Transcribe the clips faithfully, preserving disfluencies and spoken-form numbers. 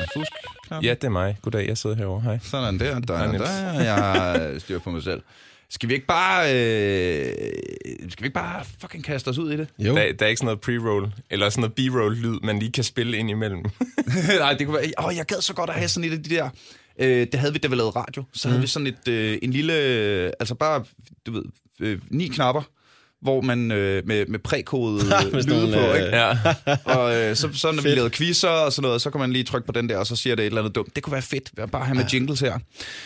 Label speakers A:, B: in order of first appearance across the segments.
A: fusk.
B: Ja, det er mig. Goddag, jeg sidder herovre. Hej.
A: Sådan der, der, der, der. Jeg har styr på mig selv. Skal vi ikke bare... Øh, skal vi ikke bare fucking kaste os ud i det?
B: Jo. Der, der er ikke sådan noget pre-roll, eller sådan noget b-roll-lyd, man lige kan spille ind imellem.
A: Nej, det kunne være... Åh, jeg gad så godt at have sådan et af de der... Øh, det havde vi, da vi lavede radio. Så mm. havde vi sådan et, øh, en lille... Øh, altså bare, du ved, øh, ni knapper, hvor man øh, med, med prækodet lyde på, ikke? Ja. Og øh, så, så når vi lavede quizzer og sådan noget, så kan man lige trykke på den der, og så siger det et eller andet dumt. Det kunne være fedt, bare have med jingles her.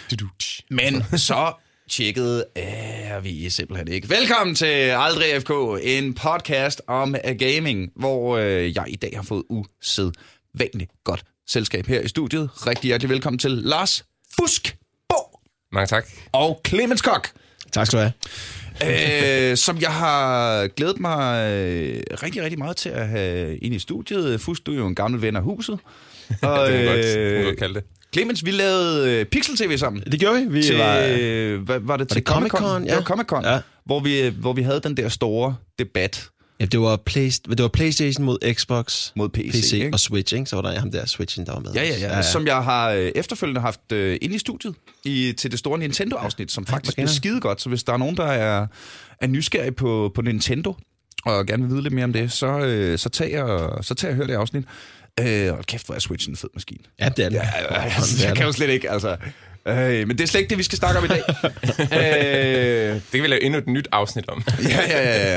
A: Men så tjekkede er vi simpelthen ikke. Velkommen til Aldrig F K, en podcast om gaming, hvor øh, jeg i dag har fået usædvanligt godt selskab her i studiet. Rigtig hjertelig velkommen til Lars Fuskbo.
B: Mange tak.
A: Og Clemens Kok.
C: Tak skal du
A: have. øh, som jeg har glædet mig øh, rigtig, rigtig meget til at have ind i studiet. Fusk, du er jo en gammel ven af huset.
B: Og, det er godt, øh, godt kalde det.
A: Clemens, vi lavede Pixel T V sammen.
C: Det gjorde vi. vi
A: til,
C: var,
A: hvad, var det
C: var
A: til
C: det Comic-Con?
A: Comic-Con? Ja. Det var Comic-Con, ja. hvor, vi, hvor vi havde den der store debat.
C: Ja, det var, play, det var PlayStation mod Xbox,
A: mod P C,
C: P C og Switch, ikke? Så var der ham der Switchen, der var med.
A: Ja, ja, ja. ja, ja. Som jeg har efterfølgende haft uh, inde i studiet i, til det store Nintendo-afsnit, som faktisk er skide godt. Så hvis der er nogen, der er, er nysgerrige på, på Nintendo, og gerne vil vide lidt mere om det, så, uh, så tag jeg, så tag jeg og hør det afsnit. Øh, og kæft, hvor er Switch en fed maskine.
C: Ja, det er det.
A: Ja, ja, ja, det, jeg kan jo slet ikke, altså... Øh, men det er slet ikke det, vi skal snakke om i dag.
B: øh, det kan vi lave endnu et nyt afsnit om.
A: ja, ja, ja, ja.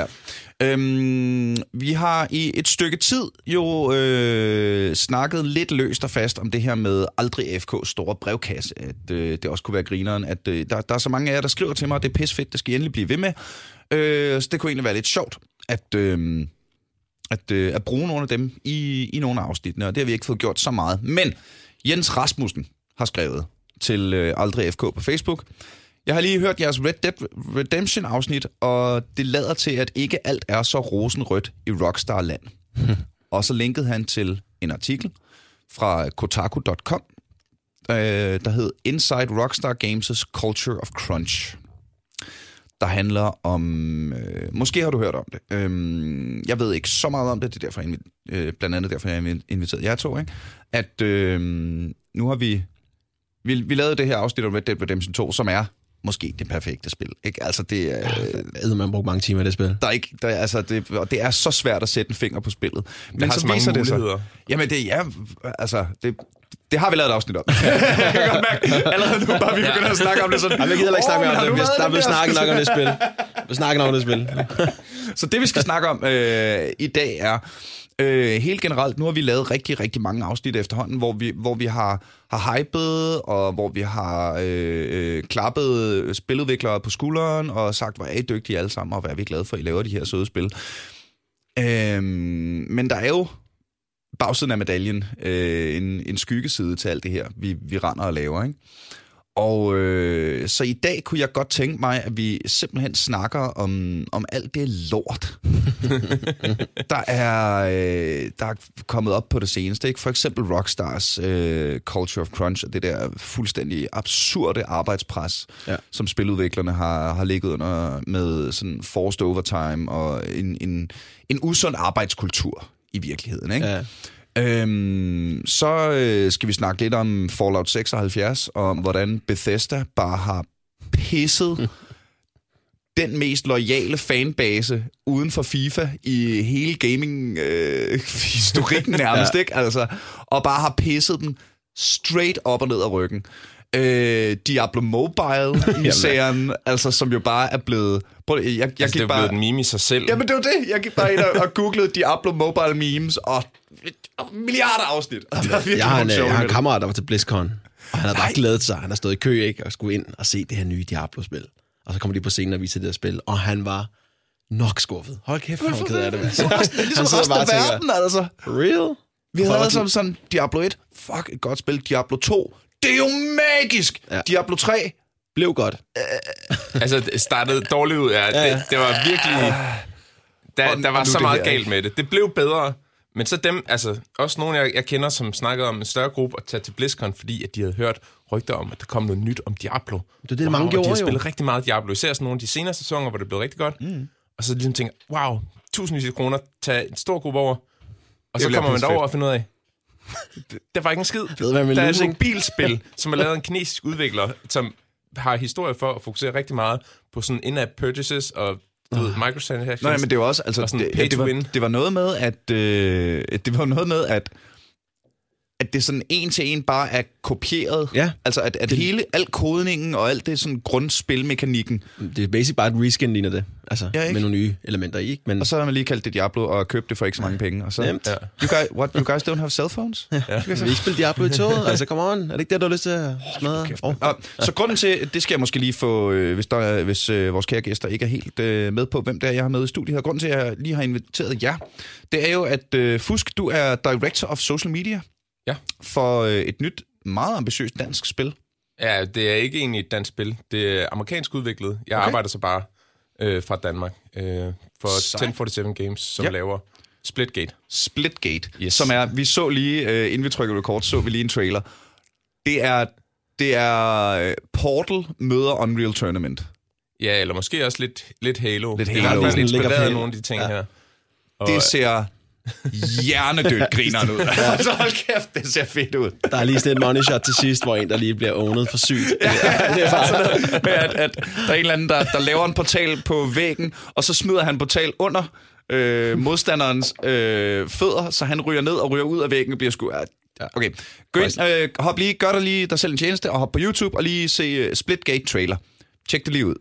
A: Øhm, vi har i et stykke tid jo øh, snakket lidt løst og fast om det her med Aldrig F K's store brevkasse. At øh, det også kunne være grineren. At øh, der, der er så mange af jer, der skriver til mig, at det er pissefedt, det skal I endelig blive ved med. Øh, så det kunne egentlig være lidt sjovt, at... Øh, At, øh, at bruge nogle af dem i, i nogle af afsnittene, og det har vi ikke fået gjort så meget. Men Jens Rasmussen har skrevet til øh, Aldrig F K på Facebook. Jeg har lige hørt jeres Red Dead Redemption-afsnit, og det lader til, at ikke alt er så rosenrødt i Rockstar-land. Og så linkede han til en artikel fra Kotaku punktum com, øh, der hed Inside Rockstar Games' Culture of Crunch. Der handler om... Øh, måske har du hørt om det. Øhm, jeg ved ikke så meget om det. Det er derfor, jeg, øh, blandt andet derfor, jeg har inviteret jer to. Ikke? At øh, nu har vi, vi... Vi lavede det her afsnit om Red Dead Redemption to, som er måske det perfekte spil. Ikke? Altså, det er...
C: Øh, man brugt mange timer i det spil.
A: Der er ikke, der er, altså, det, og det er så svært at sætte en finger på spillet.
B: Men det har så mange muligheder.
A: Så, jamen, det er... Altså, det... Det har vi lavet et afsnit om. Jeg kan godt mærke, allerede nu bare vi begynder at snakke om det sådan.
C: Jamen, jeg gider ikke snakke mere om det. Der vil snakke nok om det spil. Vi snakker nok om det spil.
A: Så det, vi skal snakke om øh, i dag er, øh, helt generelt, nu har vi lavet rigtig, rigtig mange afsnit efterhånden, hvor vi, hvor vi har, har hypet, og hvor vi har øh, klappet spiludviklere på skulderen, og sagt, hvor er I dygtige alle sammen, og hvad er vi glade for, at I laver de her søde spil. Øh, men der er jo bagsiden af medaljen, øh, en, en skyggeside til alt det her, vi, vi render og laver, ikke? Og øh, så i dag kunne jeg godt tænke mig, at vi simpelthen snakker om, om alt det lort, der er øh, der er kommet op på det seneste, ikke? For eksempel Rockstars øh, Culture of Crunch, og det der fuldstændig absurde arbejdspres, ja. Som spiludviklerne har, har ligget under med sådan forced overtime og en, en, en usund arbejdskultur i virkeligheden, ikke? Ja. Øhm, så øh, skal vi snakke lidt om Fallout seksoghalvfjerds, og om hvordan Bethesda bare har pisset den mest loyale fanbase uden for FIFA i hele gaming-historikken øh, nærmest, ja. Ikke? Altså, og bare har pisset den straight op og ned ad ryggen. Øh, Diablo Mobile i serien, altså som jo bare er blevet... Prøv, jeg, jeg
B: altså,
A: gik
B: det er
A: bare,
B: blevet en meme i sig selv.
A: Jamen det var det. Jeg gik bare ind og, og googlede Diablo Mobile memes, og, og milliarder afsnit. Og der er
C: jeg har en, jeg har en kammerat, der var til BlizzCon, og han havde bare glædet sig. Han har stået i kø, ikke, og skulle ind og se det her nye Diablo-spil. Og så kommer de på scenen og viser det her spil, og han var nok skuffet. Hold kæft, han var ked af det. Det
A: er ligesom resten af verden, altså.
C: Real?
A: Vi havde altså sådan Diablo et, fuck, et godt spil. Diablo to, det er jo magisk. Ja. Diablo tre
C: blev godt.
B: Altså, det startede dårligt ud. Ja. Ja. Det, det var virkelig... Der, der var så meget galt med det. Det blev bedre, men så dem, altså også nogle, jeg, jeg kender, som snakkede om en større gruppe at tage til BlizzCon, fordi at de havde hørt rygter om, at der kom noget nyt om Diablo.
C: Det er det, wow, mange gjorde,
B: de har
C: jo.
B: spillet rigtig meget Diablo, især sådan nogle af de senere sæsoner, hvor det blev rigtig godt. Mm. Og så ligesom tænker, wow, tusindvis af kroner, tage en stor gruppe over, og så kommer man derover og finder ud af, Der var ikke en skid.
C: Ved, hvad
B: der er
C: losing?
B: et mobilspil, som er lavet af en kinesisk udvikler, som har historie for at fokusere rigtig meget på sådan in-app purchases og du ved, microtransactions.
A: Nej, men det var også altså det, det, var, det var noget med at øh, det var noget med at at det sådan en til en bare er kopieret.
C: Ja.
A: Altså at, at
C: det,
A: hele al kodningen og alt det sådan grundspilmekanikken.
C: Det er basic bare et reskin ligner det. Altså
A: ja,
C: med nogle nye elementer i, ikke? Men
A: og så har man lige kaldt det Diablo og købt det for ikke så mange penge og så
C: nemt.
A: Ja. You guys, what you guys don't have cell phones?
C: Ja. Ja. Vi ikke spille Diablo i toget. Altså come on. Er det ikke det du har lyst til at smadre?
A: Oh, oh. Så grunden til det skal jeg måske lige få øh, hvis der er, hvis øh, vores kære gæster ikke er helt øh, med på hvem det er jeg har med i studiet her. Grunden til at jeg lige har inviteret jer, det er jo at øh, Fusk, du er Director of Social Media.
B: Ja.
A: For øh, et nyt, meget ambitiøst dansk spil.
B: Ja, det er ikke egentlig et dansk spil. Det er amerikansk udviklet. Jeg okay. arbejder så bare øh, fra Danmark øh, for ti syvogfyrre Games, som ja. laver Splitgate.
A: Splitgate,
B: yes.
A: som er, vi så lige, øh, inden vi trykker record, så vi lige en trailer. Det er, det er Portal møder Unreal Tournament.
B: Ja, eller måske også lidt, lidt Halo.
A: Lidt
B: Halo.
A: Halo.
B: Det er i hvert fald inspireret af nogle af de ting ja. her.
A: Og det ser hjernedødt grineren ud. Altså hold kæft, det ser fedt ud.
C: Der er lige sådan et money shot til sidst, hvor en, der lige bliver ownet for sygt.
A: Ja, det er bare sådan noget med, at, at der er en eller anden, der, der laver en portal på væggen, og så smider han portal under øh, modstanderens øh, fødder, så han ryger ned og ryger ud af væggen og bliver sgu... Okay, gå ind, øh, hop lige, gør dig lige dig selv en tjeneste, og hop på YouTube og lige se uh, Splitgate-trailer. Tjek det lige ud.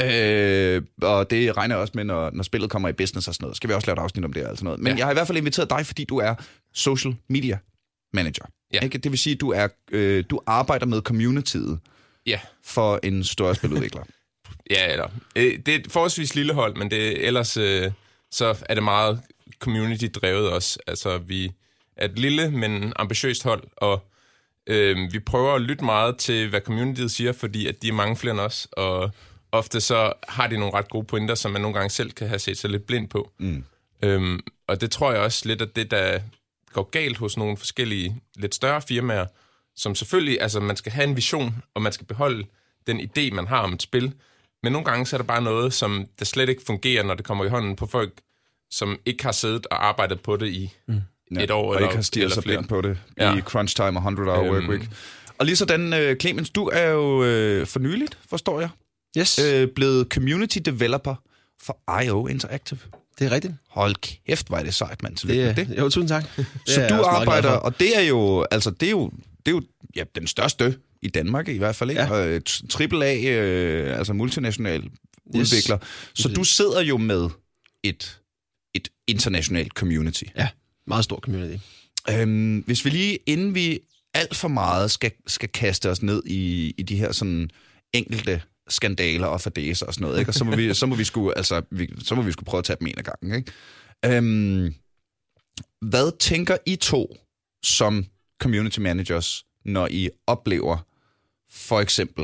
A: Øh, og det regner jeg også med, når, når spillet kommer i business og sådan noget. Skal vi også lave et afsnit om det og sådan noget. Men ja. jeg har i hvert fald inviteret dig, fordi du er social media manager. Ja. Ikke? Det vil sige, at du, er, øh, du arbejder med communityet
B: ja.
A: for en stor spiludvikler.
B: Ja, eller, øh, det er et forholdsvis lille hold, men det, ellers øh, så er det meget community-drevet også. Altså, vi er et lille, men ambitiøst hold, og øh, vi prøver at lytte meget til, hvad communityet siger, fordi at de er mange flere end os, og ofte så har de nogle ret gode pointer, som man nogle gange selv kan have set sig lidt blind på. Mm. Øhm, og det tror jeg også lidt, at det, der går galt hos nogle forskellige, lidt større firmaer, som selvfølgelig, altså man skal have en vision, og man skal beholde den idé, man har om et spil. Men nogle gange så er der bare noget, som der slet ikke fungerer, når det kommer i hånden på folk, som ikke har siddet og arbejdet på det i mm.
A: ja,
B: et år
A: og
B: eller
A: ikke har stirret sig blind på det ja. i crunch time og hundrede hour øhm. workweek. Og lige sådan, uh, Clemens, du er jo uh, for nyligt, forstår jeg,
C: yes.
A: øh, blevet community developer for I O Interactive.
C: Det er rigtigt.
A: Hold kæft, hvor er det sejt, mand.
C: Det, det. det. Jo, tusind tak.
A: Så du arbejder, og det er jo, altså det er jo, det er jo ja, den største i Danmark i hvert fald, ikke? Ja. Triple A, øh, altså multinational yes. udvikler. Så du sidder jo med et, et internationalt community.
C: Ja, meget stor community.
A: Øhm, hvis vi lige, inden vi alt for meget skal, skal kaste os ned i, i de her sådan enkelte skandaler og fadæser og sådan noget, ikke? Og så må vi, så må vi sgu, altså, vi, så må vi sgu prøve at tage dem en af gangen, ikke? Øhm, hvad tænker I to som community managers, når I oplever for eksempel,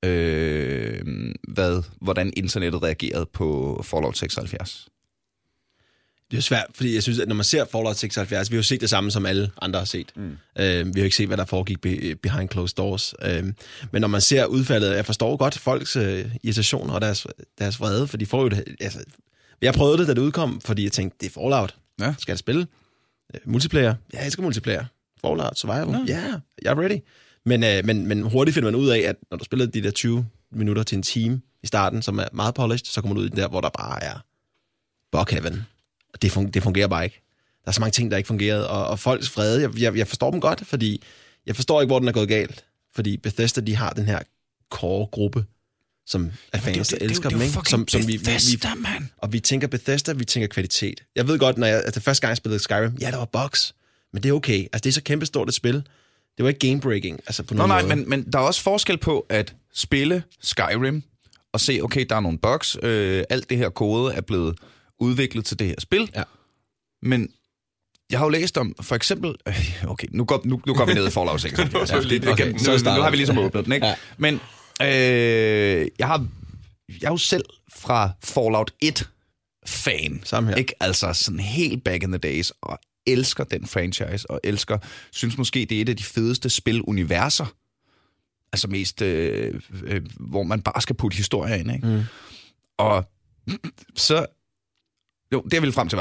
A: øh, hvad, hvordan internettet reagerede på Fallout seksoghalvfjerds?
C: Det er svært, fordi jeg synes, at når man ser Fallout seksoghalvfjerds, vi har jo set det samme, som alle andre har set. Mm. Øh, vi har jo ikke set, hvad der foregik be- behind closed doors. Øh, men når man ser udfaldet, jeg forstår godt folks øh, irritation og deres, deres vrede, for de får jo det... Altså, jeg prøvede det, da det udkom, fordi jeg tænkte, det er Fallout. Ja. Skal jeg spille? Øh, multiplayer? Ja, jeg elsker multiplayer. Fallout, survival? Ja, yeah, jeg er ready. Men, øh, men, men hurtigt finder man ud af, at når du spiller de der tyve minutter til en time i starten, som er meget polished, så kommer du ud i den der, hvor der bare er bug heaven. Det, fun- det fungerer bare ikke. Der er så mange ting, der ikke fungerede, og, og folks vrede, jeg, jeg, jeg forstår dem godt, fordi jeg forstår ikke, hvor den er gået galt. Fordi Bethesda, de har den her core-gruppe, som er fans, der elsker dem, ikke? Som, som vi, Bethesda, vi, vi, og vi tænker Bethesda, vi tænker kvalitet. Jeg ved godt, når jeg altså, første gang jeg spillede Skyrim, ja, der var bugs, men det er okay. Altså, det er så kæmpestort et spil. Det var ikke game-breaking, altså på
A: nogen
C: Nå, nej,
A: måde. Men, men der er også forskel på at spille Skyrim, og se, okay, der er nogle bugs, øh, alt det her kode er blevet udviklet til det her spil. Ja. Men jeg har jo læst om, for eksempel... Okay, nu går, nu, nu går vi ned i Fallout seksoghalvfjerds. Ja, det, okay, nu, nu, nu har vi ligesom åbnet den, ikke? Ja. Men øh, jeg, har, jeg er jo selv fra Fallout et-fan.
C: Samme her.
A: Ikke? Altså sådan helt back in the days, og elsker den franchise, og elsker... Synes måske, det er et af de fedeste spiluniverser. Altså mest... Øh, øh, hvor man bare skal putte historier ind, ikke? Mm. Og så... Jo, det jeg ville frem til var,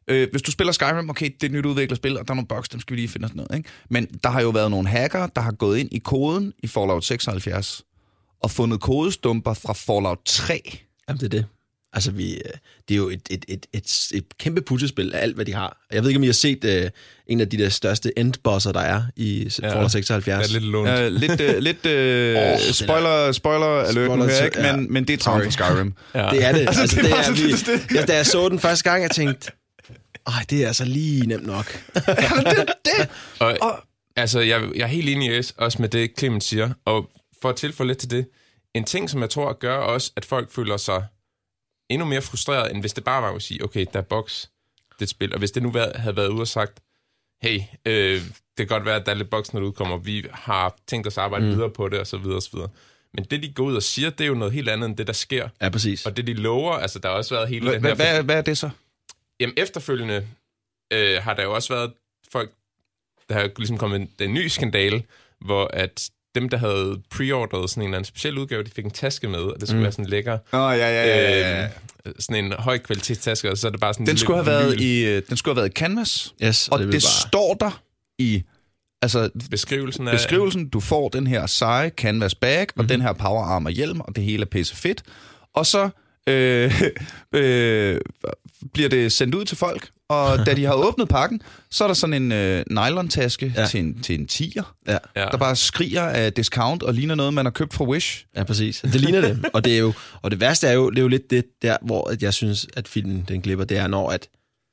A: Øh, hvis du spiller Skyrim, okay, det er et nyt udviklerspil, og der er nogle bugs, dem skal vi lige finde os noget, ikke? Men der har jo været nogle hacker, der har gået ind i koden i Fallout seksoghalvfjerds og fundet kodestumper fra Fallout tre.
C: Jamen, det er det. Altså, vi, det er jo et, et, et, et, et kæmpe puslespil af alt, hvad de har. Jeg ved ikke, om I har set uh, en af de der største endbosser, der er i ja, Fallout seksoghalvfjerds.
B: Det er lidt lundt.
A: Uh, lidt uh, lidt uh, oh, spoiler, spoiler alert nu her, ikke? Men, ja. men det er travlt for Skyrim.
C: Ja. Det er det.
A: altså,
C: altså,
A: det,
C: det,
A: er,
C: er, vi, det. Ja, da jeg så den første gang, jeg tænkte, ej, det er altså lige nemt nok.
A: det, det.
B: Og, og, altså, jeg, jeg er helt enig også med det, Clement siger. Og for at tilføje lidt til det, en ting, som jeg tror gør også, at folk føler sig endnu mere frustreret, end hvis det bare var at sige, okay, der er boks, det er et spil. Og hvis det nu havde været ude og sagt, hey, øh, det kan godt være, at der er lidt boks, når det udkommer. Vi har tænkt os at arbejde mm. videre på det, og så videre, og så videre. Men det, de går ud og siger, det er jo noget helt andet, end det, der sker.
C: Ja, præcis.
B: Og det, de lover, altså, der har også været hele
A: Hva,
B: den her...
A: Hvad, hvad er det så?
B: Jamen, efterfølgende øh, har der jo også været folk, der har ligesom kommet en, en ny skandale, hvor at dem, der havde preordret sådan en eller anden speciel udgave, de fik en taske med, og det skulle mm. være sådan en lækker...
A: Åh, oh, ja, ja, ja, ja.
B: Øh, sådan en høj kvalitetstaske, og så er det bare sådan...
A: Den skulle have været i, den skulle have været i Canvas,
C: yes,
A: og, og det, det bare... står der i... Altså,
B: beskrivelsen af...
A: Beskrivelsen, du får den her seje canvas bag, mm-hmm. og den her powerarm og hjelm, og det hele er pisse fedt. Og så øh, øh, bliver det sendt ud til folk, og da de har åbnet pakken, så er der sådan en øh, nylon-taske ja. til en, til en tier,
C: ja.
A: der bare skriger af discount og ligner noget, man har købt fra Wish.
C: Ja, præcis. Det ligner det. Og det er jo, og det værste er jo, det er jo lidt det der, hvor jeg synes, at filmen den glipper, det er når, at,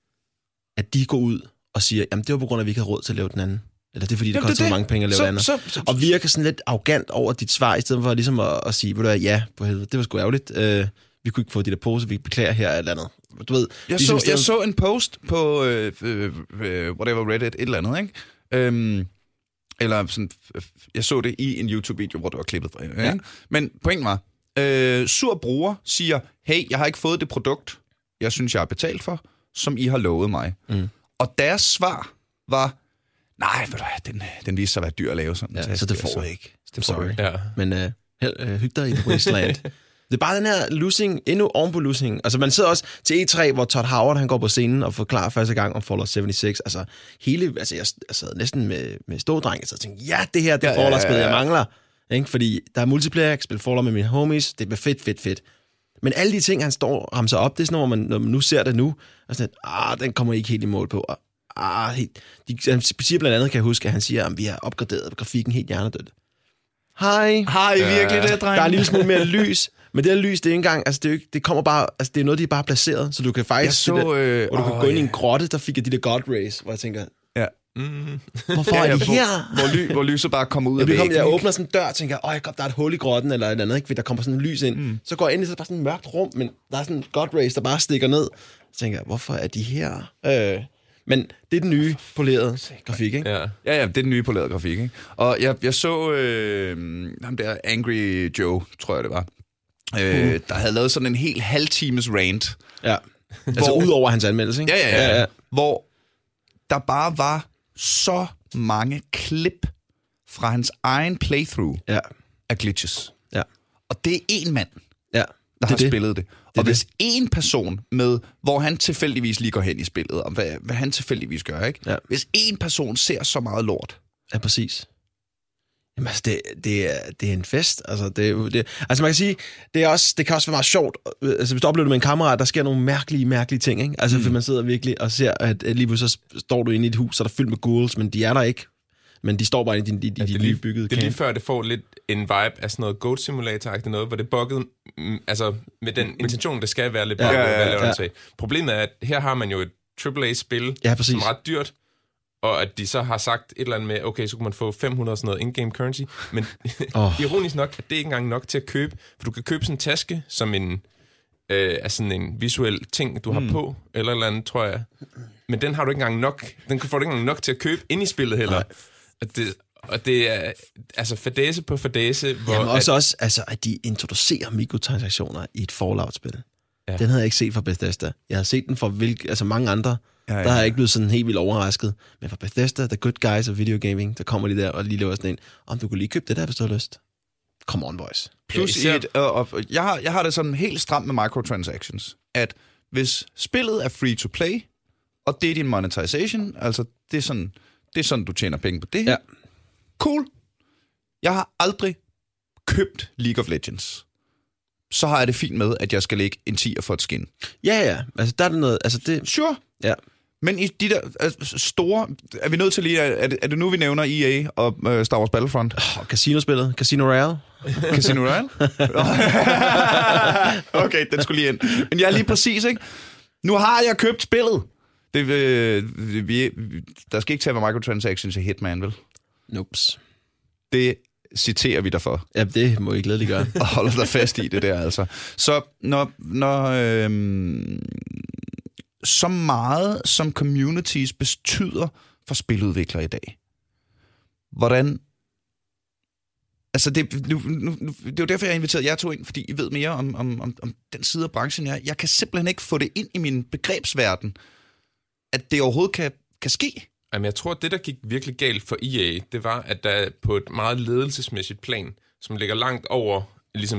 C: at de går ud og siger, jamen det var på grund af, at vi ikke havde råd til at lave den anden. Eller det er fordi, det koster så mange penge at lave
A: så,
C: det andet. Så, så, og virker sådan lidt arrogant over dit svar, i stedet for ligesom at, at sige, ved du hvad, ja, på helvede, det var sgu ærgerligt. Uh, vi kunne ikke få de der poser, vi beklager her eller andet. Du ved,
A: jeg,
C: ligesom
A: så, jeg så en post på uh, uh, whatever Reddit, et eller andet, ikke? Um, eller sådan, jeg så det i en YouTube-video, hvor det var klippet fra. Ja. Ikke? Men pointen var, uh, sur bruger siger, hey, jeg har ikke fået det produkt, jeg synes, jeg har betalt for, som I har lovet mig. Mm. Og deres svar var, nej, ved du hvad, den, den viste sig at være dyr at lave sådan.
C: Ja, så det får jeg ikke.
A: Det får
C: Sorry.
A: Ja.
C: Men uh, held, uh, hyg dig i The Wasteland. Det er bare den her losing, endnu oven på losing. Altså man sidder også til E tre, hvor Todd Howard han går på scenen og forklarer første gang om Fallout seventy-six. Altså hele, altså jeg, jeg sad næsten med, med stådreng og tænkte, ja, det her, det er ja, Fallout-spil, ja, ja, ja. jeg mangler. Ikke? Fordi der er multiplayer, jeg kan spille Fallout med mine homies, det bliver fedt, fedt, fedt. Men alle de ting, han står og ramser op, det er sådan, når man, når man nu ser det nu, og sådan, ah, den kommer ikke helt i mål på. Ah, helt, de, han siger blandt andet, kan jeg huske, at han siger, at vi har opgraderet grafikken helt hjernedødt. Hej.
A: Hej, virkelig det, dreng.
C: Der er en lille smule mere lys, men det her lys, det er ikke engang, altså det, er jo ikke, det kommer bare, altså det er noget, de er bare placeret, så du kan faktisk,
A: så,
C: der,
A: øh,
C: hvor du
A: åh,
C: kan gå ind
A: ja.
C: i en grotte, der fik jeg de der God Rays, hvor jeg tænker,
A: ja.
C: Mm. Hvorfor er de
A: ja,
C: her?
A: Hvor, hvor, ly, hvor lyset bare kommer ud
C: jeg
A: af væggen.
C: Jeg åbner sådan en dør og tænker, åh, der er et hul i grotten, eller et andet, ikke? Der kommer sådan en lys ind. Mm. Så går jeg ind i, så er der bare sådan et mørkt rum, men der er sådan en God Rays, der bare stikker ned. Så tænker jeg, hvorfor er de her? Øh. Men det er den nye polerede grafik, ikke?
A: Ja, ja, ja det er den nye polerede grafik, ikke? Og jeg, jeg så øh, ham der Angry Joe, tror jeg det var, øh, uh. der havde lavet sådan en helt halvtimes rant.
C: Ja, altså ud over hans anmeldelse, ikke?
A: Ja, ja, ja, ja. Hvor der bare var så mange klip fra hans egen playthrough
C: ja.
A: af glitches.
C: Ja.
A: Og det er én mand,
C: ja.
A: der
C: det
A: har
C: det.
A: spillet det. Og det hvis én person med, hvor han tilfældigvis lige går hen i spillet, og hvad, hvad han tilfældigvis gør, ikke?
C: Ja.
A: Hvis én person ser så meget lort.
C: Ja, præcis. Jamen altså, det, det, er, det er en fest. Altså, det, det, altså man kan sige, det, er også, det kan også være meget sjovt. Altså, hvis du oplever det med en kammerat, der sker nogle mærkelige, mærkelige ting, ikke? Altså, mm. for man sidder virkelig og ser, at, at lige pludselig så står du inde i et hus, så er der fyldt med ghouls, men de er der ikke. Men de står bare i de, de, de, ja, de nye byggede
B: Det er lige før, det får lidt en vibe af sådan noget Goat Simulator-agtigt noget, hvor det bugget, mm, altså med den intention, det skal være lidt bugget, ja, ja, ja, ja. Problemet er, at her har man jo et triple A-spil,
C: ja,
B: som er ret dyrt, og at de så har sagt et eller andet med, okay, så kunne man få fem hundrede sådan noget in-game currency, men oh. ironisk nok, at det ikke engang nok til at købe, for du kan købe sådan en taske, som en, øh, er sådan en visuel ting, du har mm. på, eller eller andet, tror jeg. Men den har du ikke engang nok, den får du ikke engang nok til at købe ind i spillet heller. At det, og det er altså fadæse på fadæse. Hvor
C: Jamen også,
B: at,
C: også altså, at de introducerer mikrotransaktioner i et Fallout-spil. Ja. Den havde jeg ikke set fra Bethesda. Jeg har set den fra hvilke, altså mange andre. Ja, ja. Der har jeg ikke blevet sådan helt vildt overrasket. Men fra Bethesda, the good guys of video gaming, der kommer de der og lige laver sådan en, om du kunne lige købe det der, hvis du har lyst. Come on, boys.
A: Plus ja, et, og, og, jeg, har, jeg har det sådan helt stramt med microtransactions, at hvis spillet er free to play, og det er din monetization, altså det er sådan, det er sådan du tjener penge på det her.
C: Ja.
A: Cool. Jeg har aldrig købt League of Legends. Så har jeg det fint med, at jeg skal lægge en tier for et skin.
C: Ja, ja. Altså, der er det noget... Altså, det...
A: Sure.
C: Ja.
A: Men i de der altså, store... Er vi nødt til lige... Er det, er det nu, vi nævner E A og uh, Star Wars Battlefront?
C: Oh, Casino-spillet. Casino Royale.
A: Casino Royale? Okay, den skulle lige ind. Men jeg er lige præcis, ikke? Nu har jeg købt spillet. Det, øh, vi, der skal ikke tage med microtransactions i Hitman, vel?
C: Nopes.
A: Det citerer vi derfor.
C: Ja, det må I glædeligt gøre.
A: Og holder dig fast i det der, altså. Så når... når øh, så meget, som communities betyder for spiludviklere i dag. Hvordan... Altså, det, nu, nu, nu, det er jo derfor, jeg har inviteret jer to ind, fordi I ved mere om, om, om, om den side af branchen. Jeg, jeg kan simpelthen ikke få det ind i min begrebsverden, at det overhovedet kan, kan ske.
B: Jamen, jeg tror, at det, der gik virkelig galt for E A, det var, at der på et meget ledelsesmæssigt plan, som ligger langt over ligesom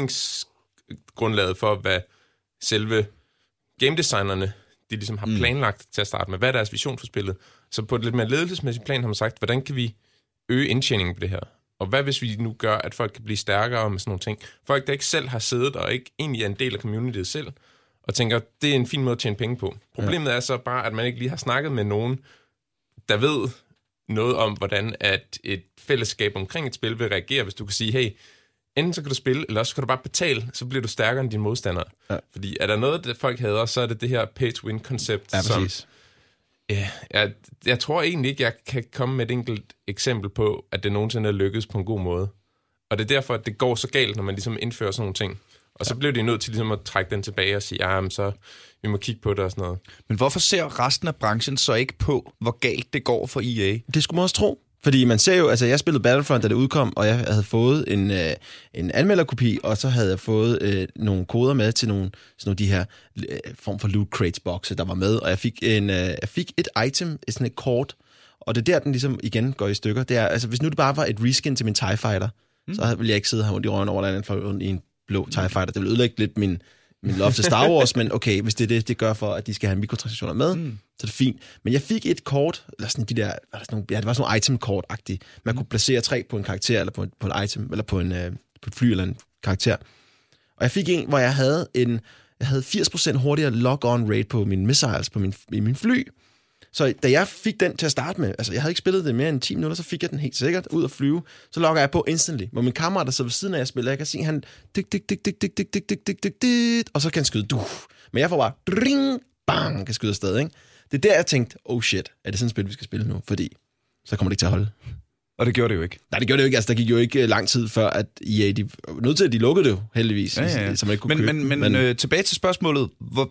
B: beslutningsgrundlaget for, hvad selve gamedesignerne de ligesom har planlagt mm. til at starte med, hvad er deres vision for spillet. Så på et lidt mere ledelsesmæssigt plan har man sagt, hvordan kan vi øge indtjeningen på det her? Og hvad hvis vi nu gør, at folk kan blive stærkere med sådan nogle ting? Folk, der ikke selv har siddet og ikke egentlig er en del af communityet selv, og tænker, det er en fin måde at tjene penge på. Problemet ja. er så bare, at man ikke lige har snakket med nogen, der ved noget om, hvordan at et fællesskab omkring et spil vil reagere, hvis du kan sige, hey, enten så kan du spille, eller også kan du bare betale, så bliver du stærkere end dine modstandere. Ja. Fordi er der noget, der folk hader, så er det det her pay-to-win-koncept.
C: Ja, præcis.
B: Ja, jeg, jeg tror egentlig ikke, jeg kan komme med et enkelt eksempel på, at det nogensinde er lykkedes på en god måde. Og det er derfor, at det går så galt, når man ligesom indfører sådan nogle ting. Og så ja. bliver de nødt til ligesom at trække den tilbage og sige, ja, men så vi må kigge på det og sådan noget.
A: Men hvorfor ser resten af branchen så ikke på, hvor galt det går for E A?
C: Det skulle man også tro. Fordi man ser jo, altså jeg spillede Battlefront, da det udkom, og jeg havde fået en, øh, en anmelderkopi, og så havde jeg fået øh, nogle koder med til nogle, sådan nogle de her øh, form for loot crates boxe, der var med, og jeg fik, en, øh, jeg fik et item, sådan et kort, og det er der, den ligesom igen går i stykker. Det er, altså hvis nu det bare var et reskin til min TIE Fighter, mm. så ville jeg ikke sidde her rundt i røven over den anden i en blå TIE Fighter. Det ville ødelægge lidt min, min love til Star Wars, men okay, hvis det er det, det gør for, at de skal have mikrotransaktioner med, mm. så er det fint. Men jeg fik et kort, eller sådan de der, sådan nogle, ja, det var sådan nogle item-kort-agtige. Man kunne placere tre på en karakter, eller på en, på en item, eller på, en, øh, på et fly eller en karakter. Og jeg fik en, hvor jeg havde en, jeg havde firs procent hurtigere log-on rate på mine missiles, på min, i min fly. Så da jeg fik den til at starte med, altså jeg havde ikke spillet det mere end ti minutter, så fik jeg den helt sikkert ud at flyve. Så logger jeg på instantly, hvor min kammerat, der sidder ved siden af, jeg spiller, jeg kan se, han dik, dik, dik, dik, dik, dik, dik, dik, dik, dik, dik, og så kan han skyde, du. Men jeg får bare, dring, bang, kan skyde afsted, ikke? Det er der, jeg tænkte, oh shit, er det sådan et spil, vi skal spille nu? Fordi så kommer det ikke til at holde.
A: Og det gjorde det jo ikke.
C: Nej, det gjorde det jo ikke. Altså, der gik jo ikke lang tid før, at E A, de var nødt til, at de lukkede det jo, heldigvis.
A: Ja, ja, ja.
C: Så man ikke kunne
A: men,
C: købe.
A: Men, men, men øh, tilbage til spørgsmålet. Hvor,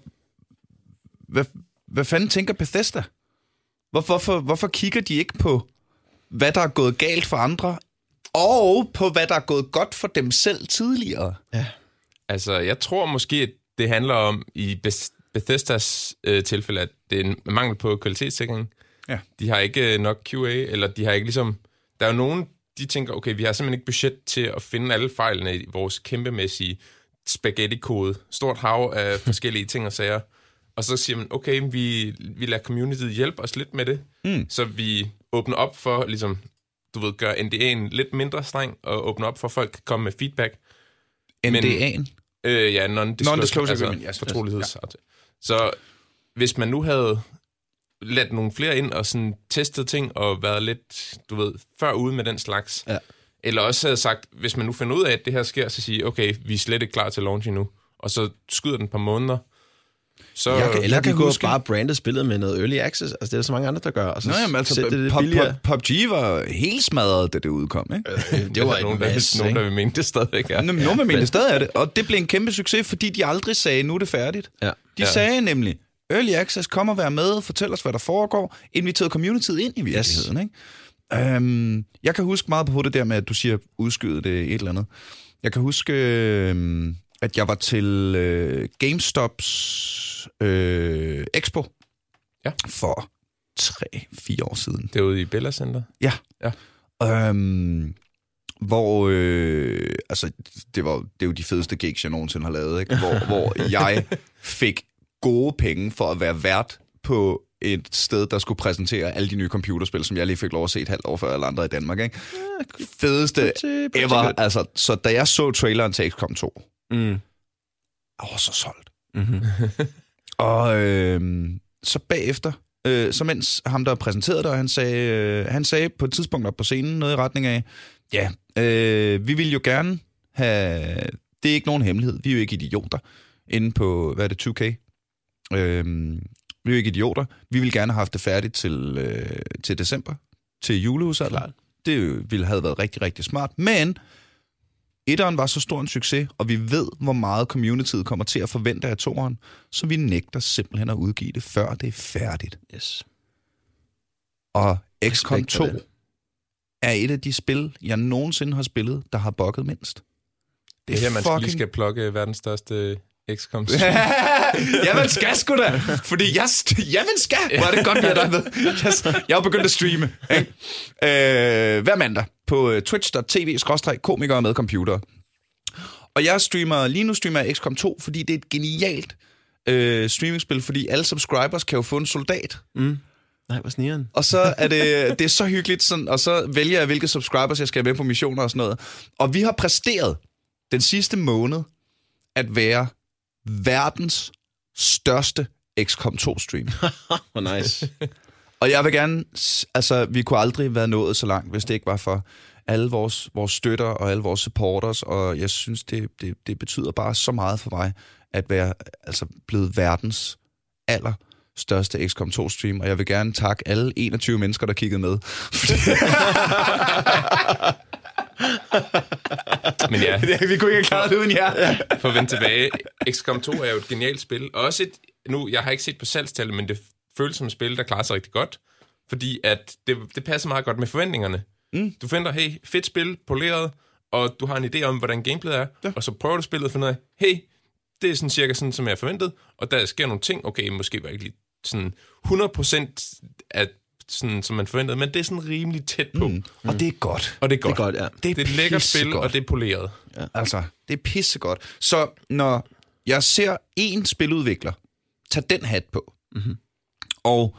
A: hvad, hvad fanden tænker Bethesda? Hvor, hvorfor, hvorfor kigger de ikke på, hvad der er gået galt for andre, og på, hvad der er gået godt for dem selv tidligere? Ja.
B: Altså, jeg tror måske, at det handler om, i Bethesdas øh, tilfælde, at det er en mangel på kvalitetssikring. Ja. De har ikke nok Q A, eller de har ikke ligesom... Der er jo nogen, de tænker, okay, vi har simpelthen ikke budget til at finde alle fejlene i vores kæmpemæssige spaghetti-kode. Stort hav af forskellige ting og sager. Og så siger man, okay, vi, vi lader communityet hjælpe os lidt med det, mm. så vi åbner op for, ligesom, du ved, gør N D A'en lidt mindre streng, og åbner op for, at folk kan komme med feedback.
A: N D A'en?
B: Øh, ja, non-disclosure,
A: non-disclosure
B: altså
A: agreement, yes,
B: fortrolighedsaftale. Ja. Så hvis man nu havde ladt nogle flere ind og sådan testet ting, og været lidt, du ved, før ude med den slags, ja. Eller også havde sagt, hvis man nu finder ud af, at det her sker, så sige, okay, vi er slet ikke klar til launch endnu, og så skyder den et par måneder. Så,
C: jeg kan, eller de går huske... bare brandet spillet med noget early access. Altså, det er der så mange andre, der gør. Og så
A: Nå, jamen, altså, det det pop, pop, P U B G var helt smadret, da det udkom, ikke?
C: Øh, det var
B: nogen, der, nogen, der vil mene det stadigvæk er.
A: Nogen, ja, der vil mene det stadig er det. Og det blev en kæmpe succes, fordi de aldrig sagde, nu er det færdigt. Ja. De ja. sagde nemlig, early access, kom og være med, fortæl os, hvad der foregår, inviterede communityet ind i virkeligheden, yes. ikke? Um, jeg kan huske meget på det der med, at du siger, udskyde det et eller andet. Jeg kan huske, øh, at jeg var til øh, GameStops øh, Expo ja. for tre, fire år siden.
B: Det er ude i Bella Center?
A: Ja. ja. Um, hvor, øh, altså, det, var, det er jo de fedeste gigs, jeg nogensinde har lavet, ikke? Hvor, hvor jeg fik gode penge for at være vært på et sted, der skulle præsentere alle de nye computerspil, som jeg lige fik lov at se et halvt år før alle andre i Danmark, ikke? Ja, fedeste ever. Altså, så da jeg så traileren til X COM to, mm. jeg var så solgt. Mm-hmm. og øh, så bagefter, øh, så mens ham, der præsenterede det, han sagde, øh, han sagde på et tidspunkt op på scenen noget i retning af, ja, øh, vi vil jo gerne have... Det er ikke nogen hemmelighed. Vi er jo ikke idioter inde på, hvad er det, to K? Øh, vi er jo ikke idioter. Vi vil gerne have haft det færdigt til, øh, til december, til julehusalder. Det ville have været rigtig, rigtig smart. Men etteren var så stor en succes, og vi ved, hvor meget communityet kommer til at forvente af toeren, så vi nægter simpelthen at udgive det, før det er færdigt.
C: Yes.
A: Og X COM to er et af de spil, jeg nogensinde har spillet, der har bugget mindst.
B: Det er her, man fucking... lige skal plukke verdens største X COM.
A: Ja, man skal sgu da. Fordi jeg... Ja, man skal. Hvor er det godt, vi er der med. Jeg har begyndt at streame. Ikke? Øh, hver mandag på twitch punktum tv skråstreg komikere med computer. Og jeg streamer... Lige nu streamer jeg X COM to, fordi det er et genialt øh, streamingspil, fordi alle subscribers kan jo få en soldat.
C: Mm. Nej, hvor snigeren.
A: Og så er det, det er så hyggeligt, sådan, og så vælger jeg, hvilke subscribers jeg skal have med på missioner og sådan noget. Og vi har præsteret den sidste måned at være verdens største X COM to stream.
C: Hvor nice.
A: Og jeg vil gerne, altså vi kunne aldrig være nået så langt, hvis det ikke var for alle vores, vores støtter og alle vores supporters, og jeg synes, det, det, det betyder bare så meget for mig, at være altså, blevet verdens aller største X COM to stream, og jeg vil gerne takke alle enogtyve mennesker, der kiggede med.
B: Men ja,
A: vi kunne ikke have klaret det uden jer.
B: For at vende tilbage, X COM to er jo et genialt spil. Og også et, nu, jeg har ikke set på salgstallet, men det føles som et spil, der klarer sig rigtig godt. Fordi at det, det passer meget godt med forventningerne. Mm. Du finder, hey, fedt spil, poleret, og du har en idé om, hvordan gameplayet er. Ja. Og så prøver du spillet og finder ud af, hey, det er sådan cirka sådan, som jeg har forventet. Og der sker nogle ting, okay, måske var ikke lige sådan hundrede procent af sådan, som man forventede, men det er sådan rimelig tæt på. Mm.
A: Og det er godt.
B: Og det er godt.
C: Det er, godt, ja.
B: det er, det er et lækkert spil, og det er poleret.
A: Ja. Altså, det er pissegodt. Så når jeg ser en spiludvikler, tag den hat på. Mm-hmm. Og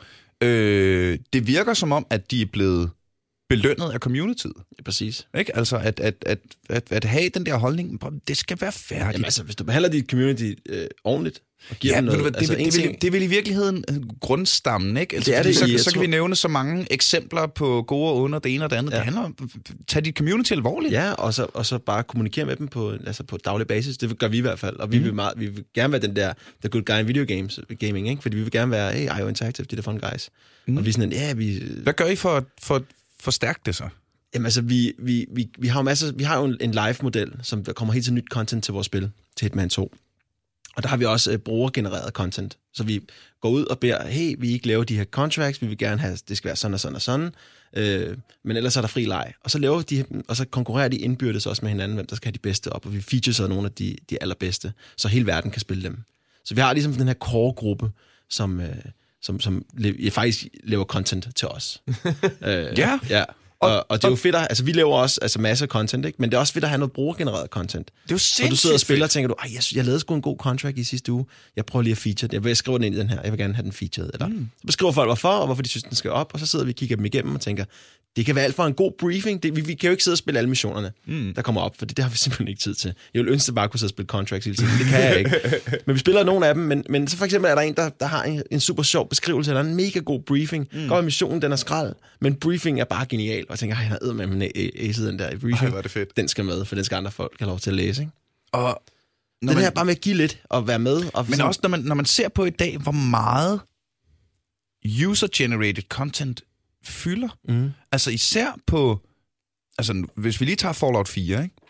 A: øh, det virker som om, at de er blevet belønnet af communityet.
C: Ja, præcis.
A: Ikke? Altså, at, at, at, at, at have den der holdning, det skal være færdigt.
C: Jamen, altså, hvis du behandler dit community øh, ordentligt, og giver
A: ja,
C: dem noget...
A: Det,
C: altså,
A: det, det, vil, det vil i virkeligheden grundstammen, ikke? Altså,
C: det er det,
A: så,
C: i,
A: så kan vi nævne så mange eksempler på gode og onde, det ene og det andet. Ja. Det handler om at tage dit community alvorligt.
C: Ja, og så, og så bare kommunikere med dem på, altså på daglig basis. Det gør vi i hvert fald. Og vi, mm. vil, meget, vi vil gerne være den der the good guy in video games, gaming, ikke? Fordi vi vil gerne være, hey, I O Interactive, det er fun guys. Mm. Og vi er sådan, ja, vi...
A: Hvad gør I for, for, for stærkt det så?
C: Jamen altså, vi, vi, vi, vi har jo masser, vi har jo en live-model, som der kommer helt til nyt content til vores spil, til Hitman to. Og der har vi også uh, brugergenereret content. Så vi går ud og beder, hey, vi ikke laver de her contracts, vi vil gerne have, det skal være sådan og sådan og sådan. Øh, men ellers er der fri leg. Og så laver de, og så konkurrerer de indbyrdes også med hinanden, hvem der skal have de bedste op. Og vi feature så nogle af de, de allerbedste, så hele verden kan spille dem. Så vi har ligesom den her core-gruppe, som, øh, som, som le- faktisk laver content til os. øh,
A: ja.
C: Ja. Og, og det er jo fedt at, altså vi laver også altså masser af content, ikke? Men det er også fedt at have noget brugergenereret content.
A: Det er jo sindssygt.
C: Og du sidder og spiller og tænker du, ej, jeg, jeg lavede sgu en god contract i sidste uge. Jeg prøver lige at feature det. Jeg skriver den ind i den her. Jeg vil gerne have den featured. Eller mm. så beskriver folk hvorfor, og hvorfor de synes, den skal op. Og så sidder vi og kigger dem igennem og tænker, det kan være alt for en god briefing. Det, vi, vi kan jo ikke sidde og spille alle missionerne, mm. der kommer op, for det har vi simpelthen ikke tid til. Jeg vil ønske, at bare kunne sidde og spille contracts hele tiden. Det kan jeg ikke. Men vi spiller nogle af dem, men, men så for eksempel er der en, der, der har en, en super sjov beskrivelse, eller en mega god briefing. Mm. Godt, missionen, den er skrald, men briefing er bare genial. Og jeg tænker, han har æd med mig æset den der i briefing.
A: Ej, det fedt.
C: Den skal med, for den skal andre folk have lov til at læse, ikke?
A: Og
C: den man, her bare med at give lidt og være med. Og
A: men sådan, også, når man, når man ser på i dag, hvor meget user-generated content fylder. Mm. Altså især på, altså hvis vi lige tager Fallout fire, ikke?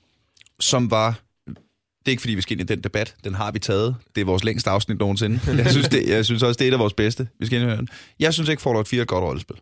A: Som var, det er ikke fordi vi skal ind i den debat, den har vi taget, det er vores længste afsnit nogensinde. Jeg synes, det, jeg synes også, det er et af vores bedste. Vi skal ind i den. Jeg synes ikke, Fallout fire er et godt rollespil.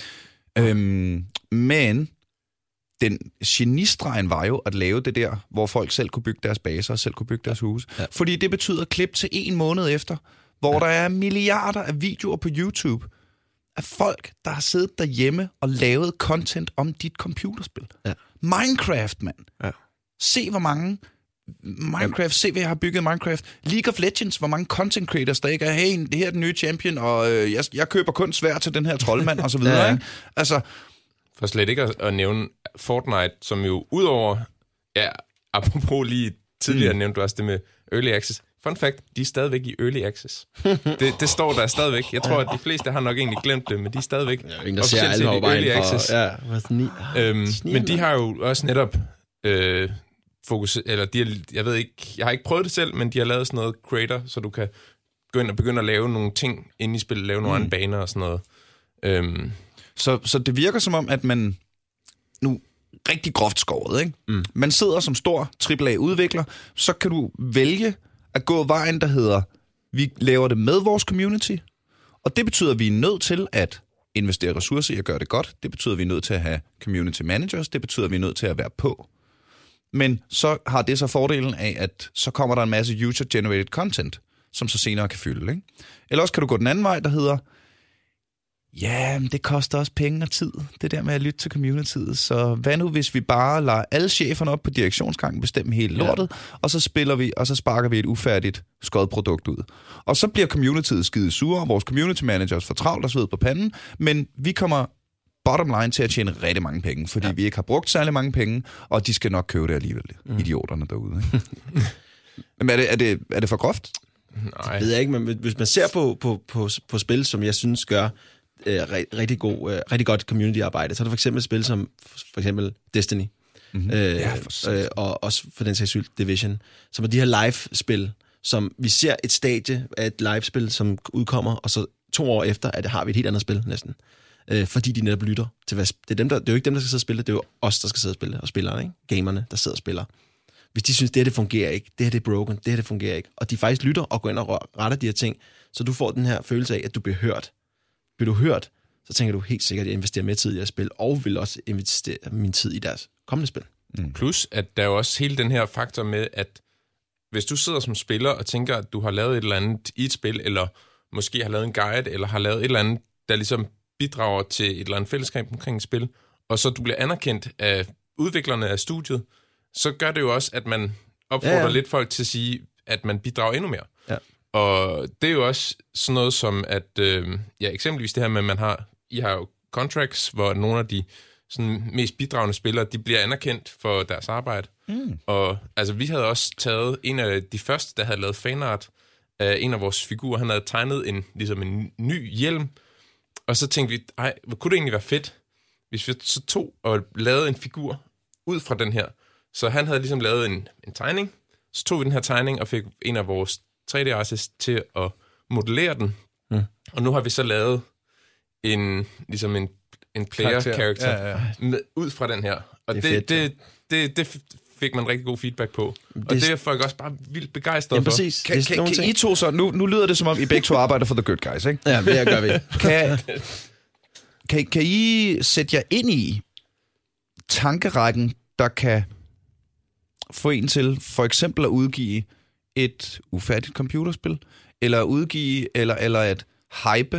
A: Øhm, men den genistregen var jo at lave det der, hvor folk selv kunne bygge deres baser og selv kunne bygge deres huse. Ja. Fordi det betyder klip til en måned efter, hvor ja. der er milliarder af videoer på YouTube af folk, der har siddet derhjemme og lavet content om dit computerspil. Ja. Minecraft, mand. Ja. Se, hvor mange Minecraft, C V har bygget Minecraft. League of Legends, hvor mange content creators der ikke er, hey, det her er den nye champion, og øh, jeg, jeg køber kun svær til den her troldmand, og så videre, ja. Ikke? Altså...
B: For slet ikke at, at nævne Fortnite, som jo udover, ja, apropos lige tidligere mm. nævnte du også det med Early Access. Fun fact, de er stadigvæk i Early Access. det, det står der stadigvæk. Jeg tror, at de fleste har nok egentlig glemt det, men de er stadigvæk
C: ja, officielt set i Early Access. Ja,
B: øhm, men de har jo også netop øh, fokus, eller de har, jeg ved ikke, jeg har ikke prøvet det selv, men de har lavet sådan noget creator, så du kan gå ind og begynde at lave nogle ting inde i spillet, lave nogle mm. andre baner og sådan noget. Øhm,
A: Så, så det virker som om, at man nu rigtig groft skåret, ikke? Mm. Man sidder som stor triple A-udvikler, så kan du vælge at gå vejen, der hedder, vi laver det med vores community, og det betyder, at vi er nødt til at investere ressourcer i at gøre det godt. Det betyder, at vi er nødt til at have community managers. Det betyder, at vi er nødt til at være på. Men så har det så fordelen af, at så kommer der en masse user-generated content, som så senere kan fylde, ikke? Eller også kan du gå den anden vej, der hedder, ja, men det koster også penge og tid, det der med at lytte til communityet. Så hvad nu, hvis vi bare lader alle cheferne op på direktionsgangen bestemme hele lortet, ja. og så spiller vi, og så sparker vi et ufærdigt skodprodukt ud. Og så bliver communityet skide sure, vores community managers får travlt og sved på panden, men vi kommer bottom line til at tjene rigtig mange penge, fordi ja. vi ikke har brugt særlig mange penge, og de skal nok købe det alligevel, mm. idioterne derude. Ikke? Men er det, er, det, er det for groft?
C: Nej. Det ved jeg ikke, men hvis man ser på, på, på, på spil, som jeg synes gør øh, rigtig, god, øh, rigtig godt community-arbejde, så er der for eksempel spil som for eksempel Destiny, mm-hmm. øh, ja, øh, og også for den sags skyld Division, som er de her live-spil, som vi ser et stadie af et live-spil, som udkommer, og så to år efter, at det har vi et helt andet spil næsten. Øh, fordi de netop lytter til, hvad, det er, dem, der, det er jo ikke dem, der skal sidde og spille, det er jo os, der skal sidde og spille, og spillerne, ikke? Gamerne, der sidder og spiller. Hvis de synes, det her, det fungerer ikke, det her, det er broken, det her, det fungerer ikke, og de faktisk lytter og går ind og retter de her ting, så du får den her følelse af, at du bliver hørt. Bliver du hørt, så tænker du helt sikkert, at jeg investerer mere tid i deres spil, og vil også investere min tid i deres kommende spil.
B: Mm. Plus, at der er jo også hele den her faktor med, at hvis du sidder som spiller og tænker, at du har lavet et eller andet i et spil, eller måske har lavet en guide, eller har lavet et eller andet, der ligesom bidrager til et eller andet fællesskab omkring et spil, og så du bliver anerkendt af udviklerne af studiet, så gør det jo også, at man opfordrer ja, ja. lidt folk til at sige, at man bidrager endnu mere. Ja. Og det er jo også sådan noget som, at øh, ja, eksempelvis det her med, at man har, I har jo contracts, hvor nogle af de sådan, mest bidragende spillere, de bliver anerkendt for deres arbejde. Mm. Og altså, vi havde også taget en af de første, der havde lavet fanart af en af vores figurer. Han havde tegnet en, ligesom en ny hjelm, og så tænkte vi, ej, hvor kunne det egentlig være fedt, hvis vi så tog og lavede en figur ud fra den her. Så han havde ligesom lavet en, en tegning, så tog vi den her tegning og fik en af vores tre D-artists til at modellere den. Mm. Og nu har vi så lavet en, ligesom en, en player-character ja, ja. Med, ud fra den her. Og det, det, fedt, det, det, det fik man rigtig god feedback på. Det, og det er folk også bare vildt begejstrede for.
A: Præcis. Kan, kan, kan I to så, nu, nu lyder det som om, I begge to arbejder for The Good Guys, ikke?
C: Ja, det gør vi.
A: Kan, kan, kan I sætte jer ind i tankerækken, der kan få en til for eksempel at udgive et ufærdigt computerspil, eller udgive, eller, eller at hype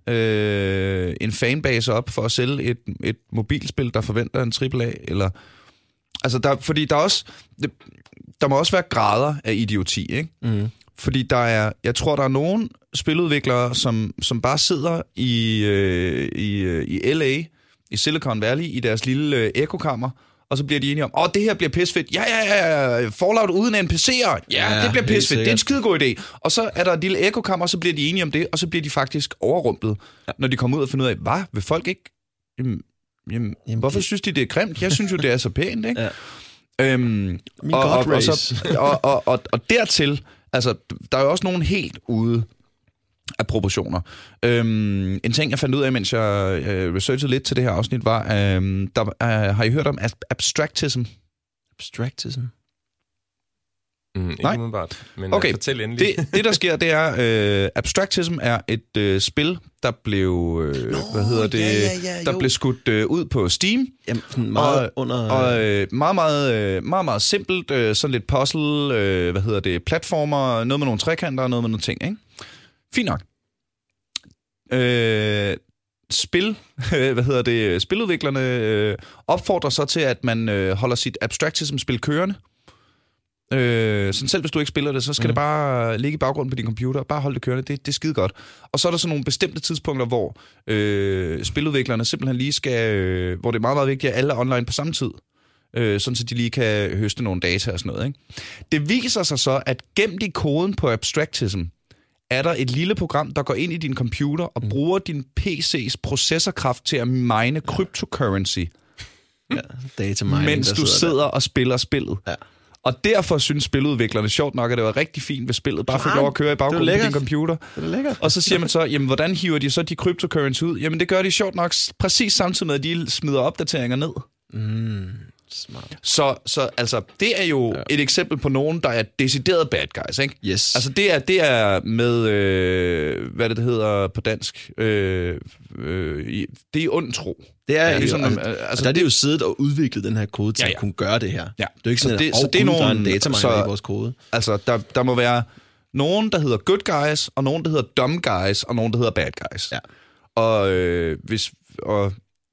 A: øh, en fanbase op for at sælge et, et mobilspil, der forventer en triple A, eller... Altså, der, fordi der er også... Det, der må også være grader af idioti, ikke? Mm. Fordi der er... Jeg tror, der er nogle spiludviklere, som, som bare sidder i, øh, i, øh, i L A, i Silicon Valley, i deres lille øh, ekokammer, og så bliver de enige om, åh, det her bliver pissefedt. Ja, ja, ja, Fallout uden N P C'er. Ja, ja, det bliver pissefedt. Det er en skidegod idé. Og så er der et lille ekokammer, og så bliver de enige om det, og så bliver de faktisk overrumplet, ja. Når de kommer ud og finder ud af, hvad? Vil folk ikke... Jamen, jamen, jamen hvorfor det... synes de, det er grimt? Jeg synes jo, det er så pænt, ikke? Ja. Øhm, og, og, og, så, og, og, og, og dertil, altså, der er jo også nogen helt ude af proportioner. Øhm, en ting, jeg fandt ud af, mens jeg øh, researchede lidt til det her afsnit, var, øh, der, øh, har I hørt om abstractism?
C: Abstractism?
B: Mm, ikke umiddelbart, men
A: okay.
B: Fortæl endelig.
A: Det, det, der sker, det er, øh, abstractism er et øh, spil, der blev, øh, Nå, hvad hedder det, ja, ja, ja, der blev skudt øh, ud på Steam.
C: Jamen, meget og, under...
A: Og øh, meget, meget, øh, meget, meget simpelt, øh, sådan lidt puzzle, øh, hvad hedder det, platformer, noget med nogle trekanter og noget med nogle ting, ikke? Fint nok. Øh, spil, hvad hedder det, spiludviklerne øh, opfordrer så til, at man øh, holder sit abstractism-spil kørende. Øh, så selv hvis du ikke spiller det, så skal mm. det bare ligge i baggrunden på din computer, og bare holde det kørende. Det, det er skide godt. Og så er der sådan nogle bestemte tidspunkter, hvor øh, spiludviklerne simpelthen lige skal, øh, hvor det er meget, meget vigtigt, at alle er online på samme tid. Øh, sådan så de lige kan høste nogle data og sådan noget. Ikke? Det viser sig så, at gemt i koden på Abstractism, er der et lille program, der går ind i din computer og mm. bruger din P C's processorkraft til at mine cryptocurrency.
C: Ja, data mining,
A: mens du sidder, sidder og spiller spillet. Ja. Og derfor synes spiludviklerne sjovt nok, at det var rigtig fint, hvis spillet bare fik lov at køre i baggrunden på din computer.
C: Det er lækkert.
A: Og så siger man så, jamen hvordan hiver de så de cryptocurrency ud? Jamen det gør de sjovt nok præcis samtidig med, at de smider opdateringer ned. Mm. Smart. Så, så altså, det er jo ja. et eksempel på nogen, der er decideret bad guys, ikke?
C: Yes.
A: Altså, det er, det er med, øh, hvad det hedder på dansk, øh, øh, det er ond tro.
C: Det er
A: ja,
C: jo,
A: ligesom,
C: altså, altså, der er det jo siddet og udviklet den her kode til ja, ja. at kunne gøre det her. Ja. Det er jo ikke sådan,
A: så det,
C: at
A: så det er nogen,
C: der er en dataminer i vores kode.
A: Altså, der, der må være nogen, der hedder good guys, og nogen, der hedder dumb guys, og nogen, der hedder bad guys. Ja. Og øh, hvis... Og,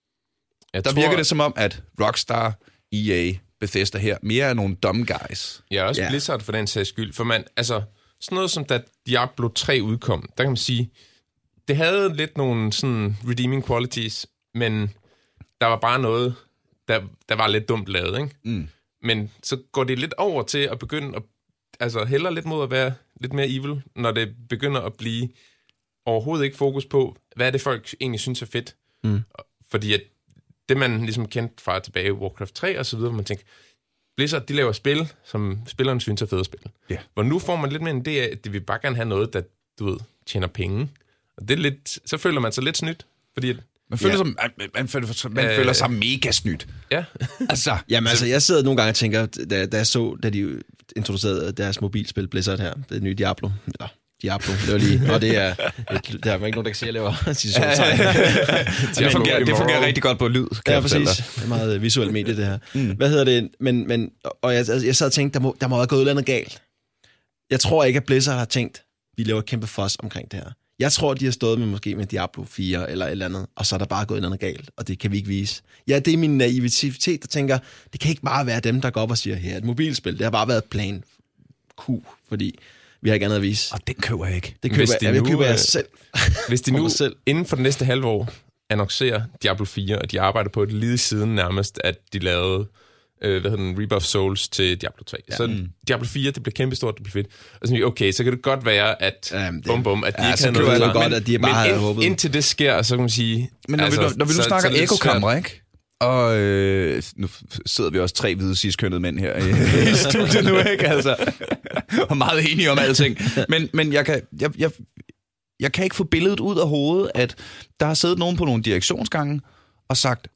A: der tror, virker det som om, at Rockstar... E A, Bethesda her, mere af nogle dumb guys.
B: Ja, også yeah. Blizzard for den sags skyld. For man, altså, sådan noget som da Diablo tre udkom, der kan man sige, det havde lidt nogle sådan redeeming qualities, men der var bare noget, der, der var lidt dumt lavet, ikke? Mm. Men så går det lidt over til at begynde at, altså hellere lidt mod at være lidt mere evil, når det begynder at blive overhovedet ikke fokus på, hvad er det folk egentlig synes er fedt. Mm. Fordi at det, man ligesom kendte fra tilbage i Warcraft tre og så videre, hvor man tænker, Blizzard, de laver spil, som spilleren synes er fede spil. Yeah. Hvor nu får man lidt mere en idé af, at de vil bare gerne have noget, der, du ved, tjener penge. Og det er lidt, så føler man sig lidt snydt, fordi...
A: Man føler, ja. sig, man, man, føler, man øh, føler sig mega snydt.
B: Ja.
A: altså,
C: Jamen altså, jeg sidder nogle gange og tænker, da, da jeg så, da de introducerede deres mobilspil Blizzard her, det nye Diablo, eller Diablo, det var lige, og det er, det, der er ikke nogen, der kan se, at jeg laver citationstegn.
A: det, fungerer, det fungerer rigtig godt på lyd, kan
C: ja, præcis. Det er meget visuelt medie, det her. Mm. Hvad hedder det? Men, men, og jeg, jeg sad og tænkte, der må, der må have gået noget galt. Jeg tror ikke, at Blizzard har tænkt, vi laver et kæmpe fuss omkring det her. Jeg tror, de har stået med måske med Diablo fire eller et eller andet, og så er der bare gået noget galt, og det kan vi ikke vise. Ja, det er min naivitet, der tænker, det kan ikke bare være dem, der går op og siger, her et mobilspil. Det har bare været plan Q, fordi vi har ikke andet at vise.
A: Og det køber jeg ikke.
C: Det køber jeg, jeg, køber jeg selv.
B: Hvis de nu selv. inden for det næste halve år annoncerer Diablo fire, og de arbejder på det lige siden nærmest, at de lavede øh, hvad hedder den, Rebuff Souls til Diablo tre. Ja. Så mm. Diablo fire, det bliver kæmpestort, det bliver fedt. Og så okay, så kan det godt være, at ja, det, bum bum, at de ja, ikke havde noget.
C: Det godt, at de bare
B: men
C: havde
B: ind,
C: håbet.
B: Indtil det sker, så kan man sige...
A: Men når, altså, vi, når, når vi nu så, snakker ekokamera, ikke? Og øh, nu sidder vi også tre hvide cis-kønnede mænd her i, i studiet nu, ikke? Altså, og meget enige om alting. Men, men jeg, kan, jeg, jeg, jeg kan ikke få billedet ud af hovedet, at der har siddet nogen på nogle direktionsgange og sagt,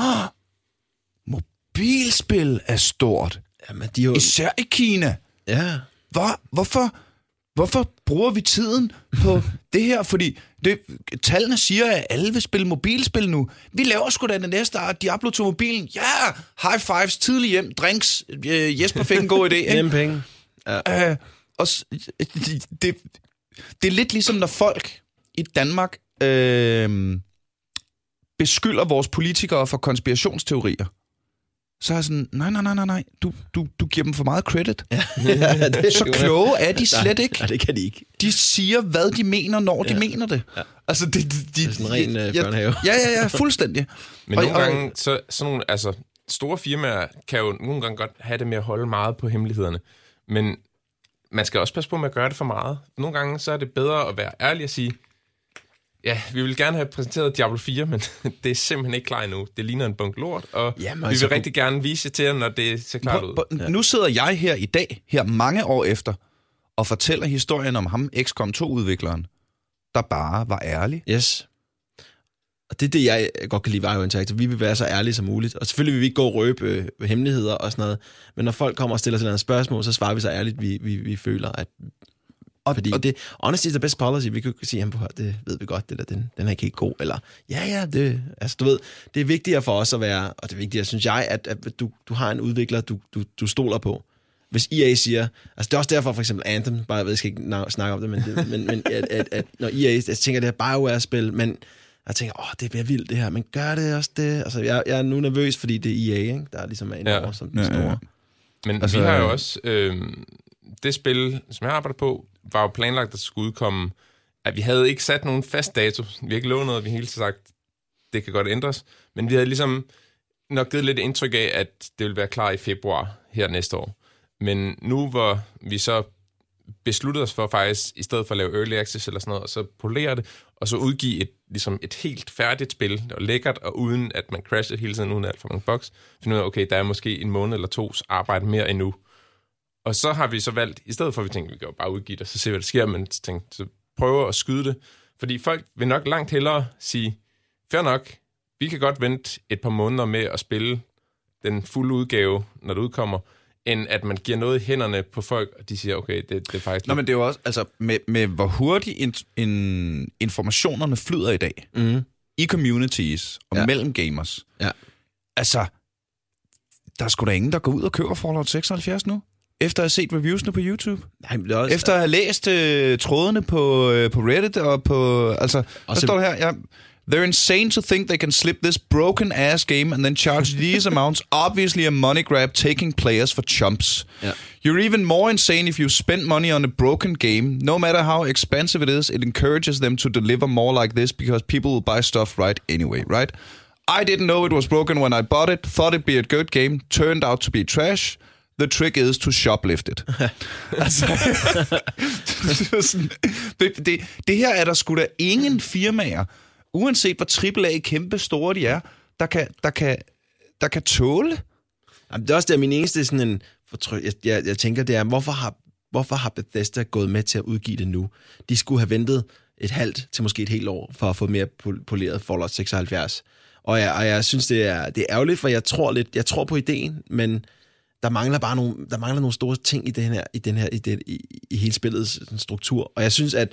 A: mobilspil er stort.
C: Jamen, de jo...
A: Især i Kina.
C: Ja.
A: Hvor, hvorfor... Hvorfor bruger vi tiden på det her? Fordi det, tallene siger, at alle vil spille mobilspil nu. Vi laver sgu da det næste Diablo til mobilen. Ja, high fives, tidlig hjem, drinks. Øh, Jesper fik en god idé. Ikke?
C: Nem penge.
A: Ja. Øh, og det, det er lidt ligesom, når folk i Danmark øh, beskylder vores politikere for konspirationsteorier. Så er jeg sådan, nej, nej, nej, nej, nej, du, du, du giver dem for meget credit. Ja. Ja, det er så kloge er de slet ikke.
C: Nej, det kan de ikke.
A: De siger, hvad de mener, når ja. de mener det. Ja.
C: Altså, det, de, de, det er sådan en ren uh, børnehave.
A: Ja, ja, ja, fuldstændig.
B: Men og, nogle og, gange, så sådan nogle, altså, store firmaer kan jo nogle gange godt have det med at holde meget på hemmelighederne. Men man skal også passe på med at gøre det for meget. Nogle gange, så er det bedre at være ærlig og sige, ja, vi vil gerne have præsenteret Diablo fire, men det er simpelthen ikke klar endnu. Det ligner en bunk lort, og Jamen, vi vil altså, rigtig gerne vise til jer, når det ser klart ud.
A: Ja. Nu sidder jeg her i dag, her mange år efter, og fortæller historien om ham, X COM to-udvikleren, der bare var ærlig.
C: Yes. Og det er det, jeg godt kan lide ved I O Interactive. Vi vil være så ærlige som muligt. Og selvfølgelig vil vi ikke gå og røbe øh, hemmeligheder og sådan noget. Men når folk kommer og stiller sig et spørgsmål, så svarer vi så ærligt, vi, vi, vi føler, at... Og, Fordi og, det, honesty is the best policy. Vi kan jo sige, at det ved vi godt, det der, den, den er ikke helt god. Eller, ja, ja, det, altså du ved, det er vigtigere for os at være, og det er vigtigere, synes jeg, at, at du, du har en udvikler, du, du, du stoler på. Hvis E A siger, altså det er også derfor for eksempel Anthem, bare jeg ved, jeg skal ikke snakke om det, men, det, men, men at, at, at når E A, jeg tænker, det er BioWare-spil, men jeg tænker, åh, det bliver vildt det her, men gør det også det? Altså jeg, jeg er nu nervøs, fordi det er E A, ikke? Der er ligesom en ja. over som den store. Ja, ja.
B: Men altså, vi har jo også... Øh, det spil, som jeg arbejder på, var jo planlagt, at det skulle udkomme... At vi havde ikke sat nogen fast dato. Vi har ikke lovet noget, vi hele tiden sagt, det kan godt ændres. Men vi havde ligesom nok givet lidt indtryk af, at det ville være klar i februar her næste år. Men nu, hvor vi så besluttede os for faktisk, i stedet for at lave early access eller sådan noget, og så polere det, og så udgive et, ligesom et helt færdigt spil, og lækkert, og uden at man crasher hele tiden, uden alt for mange bugs, finde ud af, okay, der er måske en måned eller tos arbejde mere endnu. Og så har vi så valgt, i stedet for at vi tænker, vi kan jo bare udgive det, og så se, hvad der sker, men så, tænkte, så prøve at skyde det. Fordi folk vil nok langt hellere sige, fair nok, vi kan godt vente et par måneder med at spille den fulde udgave, når det udkommer, end at man giver noget i hænderne på folk, og de siger, okay, det, det er faktisk...
A: Nå, men det er jo også, altså, med, med hvor hurtigt in, in, informationerne flyder i dag, mm. i communities og ja. mellem gamers. Ja. Altså, der er sgu da ingen, der går ud og køber Fallout seksoghalvfjerds nu, efter at have set reviewsene på YouTube. Nej, men det er også, efter at have læst uh, trådene på, uh, på Reddit og på... Altså, hvad står der her? Ja. They're insane to think they can slip this broken-ass game and then charge these amounts, obviously a money grab taking players for chumps. Yeah. You're even more insane if you spend money on a broken game. No matter how expensive it is, it encourages them to deliver more like this because people will buy stuff right anyway, right? I didn't know it was broken when I bought it, thought it'd be a good game, turned out to be trash. The trick is to shoplift it. altså, det, det, det her er der sgu da ingen firmaer, uanset hvor triple A kæmpe store de er, der kan, der kan, der kan tåle.
C: Jamen, det er også det, min eneste sådan en fortryk, jeg, jeg, jeg tænker, det er, hvorfor har, hvorfor har Bethesda gået med til at udgive det nu? De skulle have ventet et halvt til måske et helt år, for at få mere poleret Fallout seksoghalvfjerds. Og jeg, og jeg synes, det er, det er ærgerligt, for jeg tror lidt, jeg tror på ideen, men der mangler bare nogle, der mangler nogle store ting i den her, i den her, i, det, i, i hele spillets struktur. Og jeg synes, at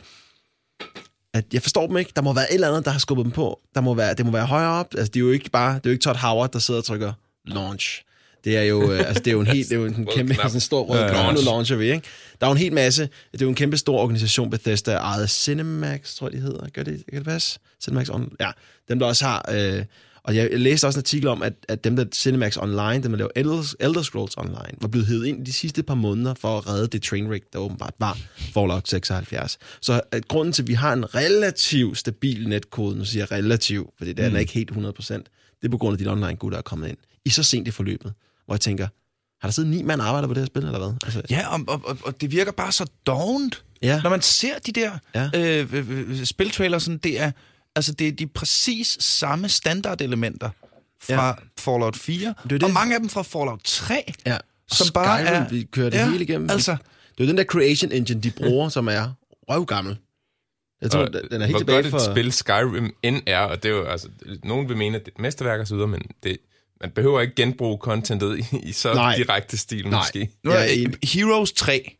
C: at jeg forstår dem ikke. Der må være et eller andet, der har skubbet dem på. Der må være, det må være højere op. Altså, det er jo ikke bare, det er jo ikke Todd Howard, der sidder og trykker launch. Det er jo, altså, det er jo en helt, det er jo en kæmpe, sådan en stor rød knap, launcher vi, ikke? Der er jo en hel masse, det er jo en kæmpe stor organisation, Bethesda, ejet Cinemax, tror jeg, de hedder. Gør det, kan det passe? Cinemax On, ja. Dem, der også har, øh, og jeg læste også en artikel om, at, at dem, der Cinemax Online, dem, der laver Elder, Elder Scrolls Online, var blevet hævet ind de sidste par måneder for at redde det trainwreck, der åbenbart var Fallout seksoghalvfjerds. Så at grunden til, at vi har en relativt stabil netkode, nu siger jeg relativ, fordi det mm. er ikke helt hundrede procent, det er på grund af de online-gutter, der er kommet ind i så sent i forløbet, hvor jeg tænker, har der siddet ni mand arbejder på det her spil, eller hvad? Altså,
A: ja, og, og, og det virker bare så dovent. Ja. Når man ser de der ja. øh, øh, spiltrailer, sådan, det er altså det er de præcis samme standardelementer fra ja. Fallout fire, det det. Og mange af dem fra Fallout tre,
C: ja.
A: som bare
C: Skyrim,
A: er...
C: vi kører det ja, hele igennem.
A: Altså,
C: det er jo den der creation engine, de bruger, som er røvgammel. Jeg tror, og den er helt tilbage for...
B: Hvor godt et spil Skyrim end er, og det er jo, altså, nogen vil mene, at det er et mesterværk og så videre, men det, man behøver ikke genbruge contentet i, i så Nej. direkte stil, Nej. måske.
A: Nu er ja, Heroes tre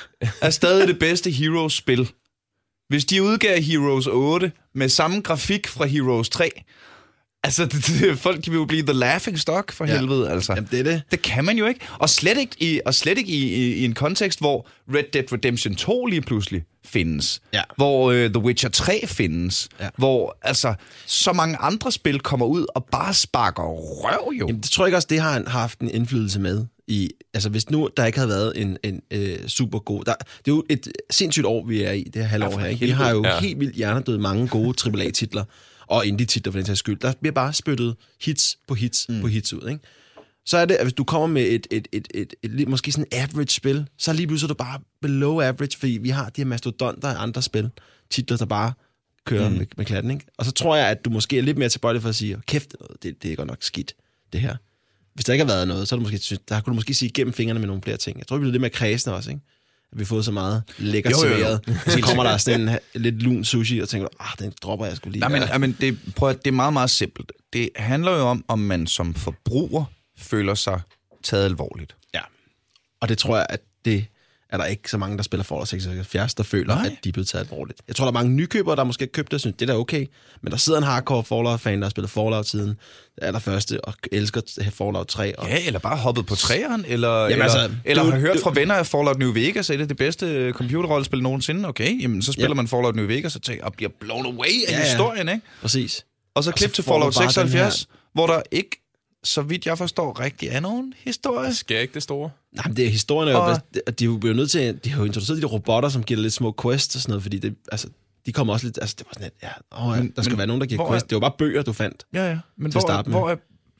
A: er stadig det bedste Heroes-spil. Hvis de udgav Heroes otte med samme grafik fra Heroes tre, altså, det, det, folk de vil jo blive the laughing stock for ja. helvede, altså.
C: Jamen, det er det.
A: Det kan man jo ikke. Og slet ikke i, og slet ikke i, i, i en kontekst, hvor Red Dead Redemption to lige pludselig findes. Ja. Hvor uh, The Witcher tre findes. Ja. Hvor, altså, så mange andre spil kommer ud og bare sparker røv, jo.
C: Jamen, det tror jeg også, det har, har haft en indflydelse med. I, altså, hvis nu der ikke havde været en, en øh, super god... Der, det er jo et sindssygt år, vi er i, det her halvår her. Ikke? Vi har jo ja. helt vildt hjernedød mange gode triple A-titler. Og indie-titler for den sags skyld. Der bliver bare spyttet hits på hits mm. på hits ud, ikke? Så er det, at hvis du kommer med et, et, et, et, et, et måske sådan average spil, så lige pludselig er du bare below average, fordi vi har de her mastodonter af andre spil, titler, der bare kører mm. med, med klatten, ikke? Og så tror jeg, at du måske er lidt mere tilbøjelig for at sige, kæft, det, det er godt nok skidt, det her. Hvis der ikke har været noget, så er du måske, der kunne du måske sige gennem fingrene med nogle flere ting. Jeg tror, vi bliver lidt mere kredsende også, ikke? At vi har fået så meget lækkert serveret. Så kommer der sådan en lidt lun sushi, og tænker, ah, den dropper jeg skulle lige.
A: Nej, men, ja, men det, prøv at, det er meget, meget simpelt. Det handler jo om, om man som forbruger føler sig taget alvorligt.
C: Ja, og det tror jeg, at det er der ikke så mange, der spiller Fallout seksoghalvfjerds, der føler, Nej. at de er blevet taget alvorligt. Jeg tror, der er mange nykøbere, der måske har købt det og synes, det er da okay. Men der sidder en hardcore Fallout-fan, der har spillet Fallout siden det allerførste, og elsker Fallout tre. Og...
A: Ja, eller bare hoppet på træeren, eller, jamen, eller, altså, eller du, har hørt du, fra venner af Fallout New Vegas, er det det bedste computerrollespil nogensinde? Okay, jamen så spiller ja. man Fallout New Vegas og, tænker, og bliver blown away af ja, historien, ikke?
C: Præcis.
A: Og så klip til Fallout seksoghalvfjerds, hvor der ikke, så vidt jeg forstår, rigtig er nogen historie.
B: Det sker ikke det store.
C: Nej, men det er historien,
A: og...
C: og de er jo blevet nødt til, de har jo introduceret de robotter, som giver dig lidt små quests og sådan noget, fordi det, altså, de kommer også lidt, altså det var sådan lidt, ja, åh, men, der skal men, være nogen, der giver quest. Er... Det var bare bøger, du fandt.
A: Ja, ja, men hvor, er, hvor er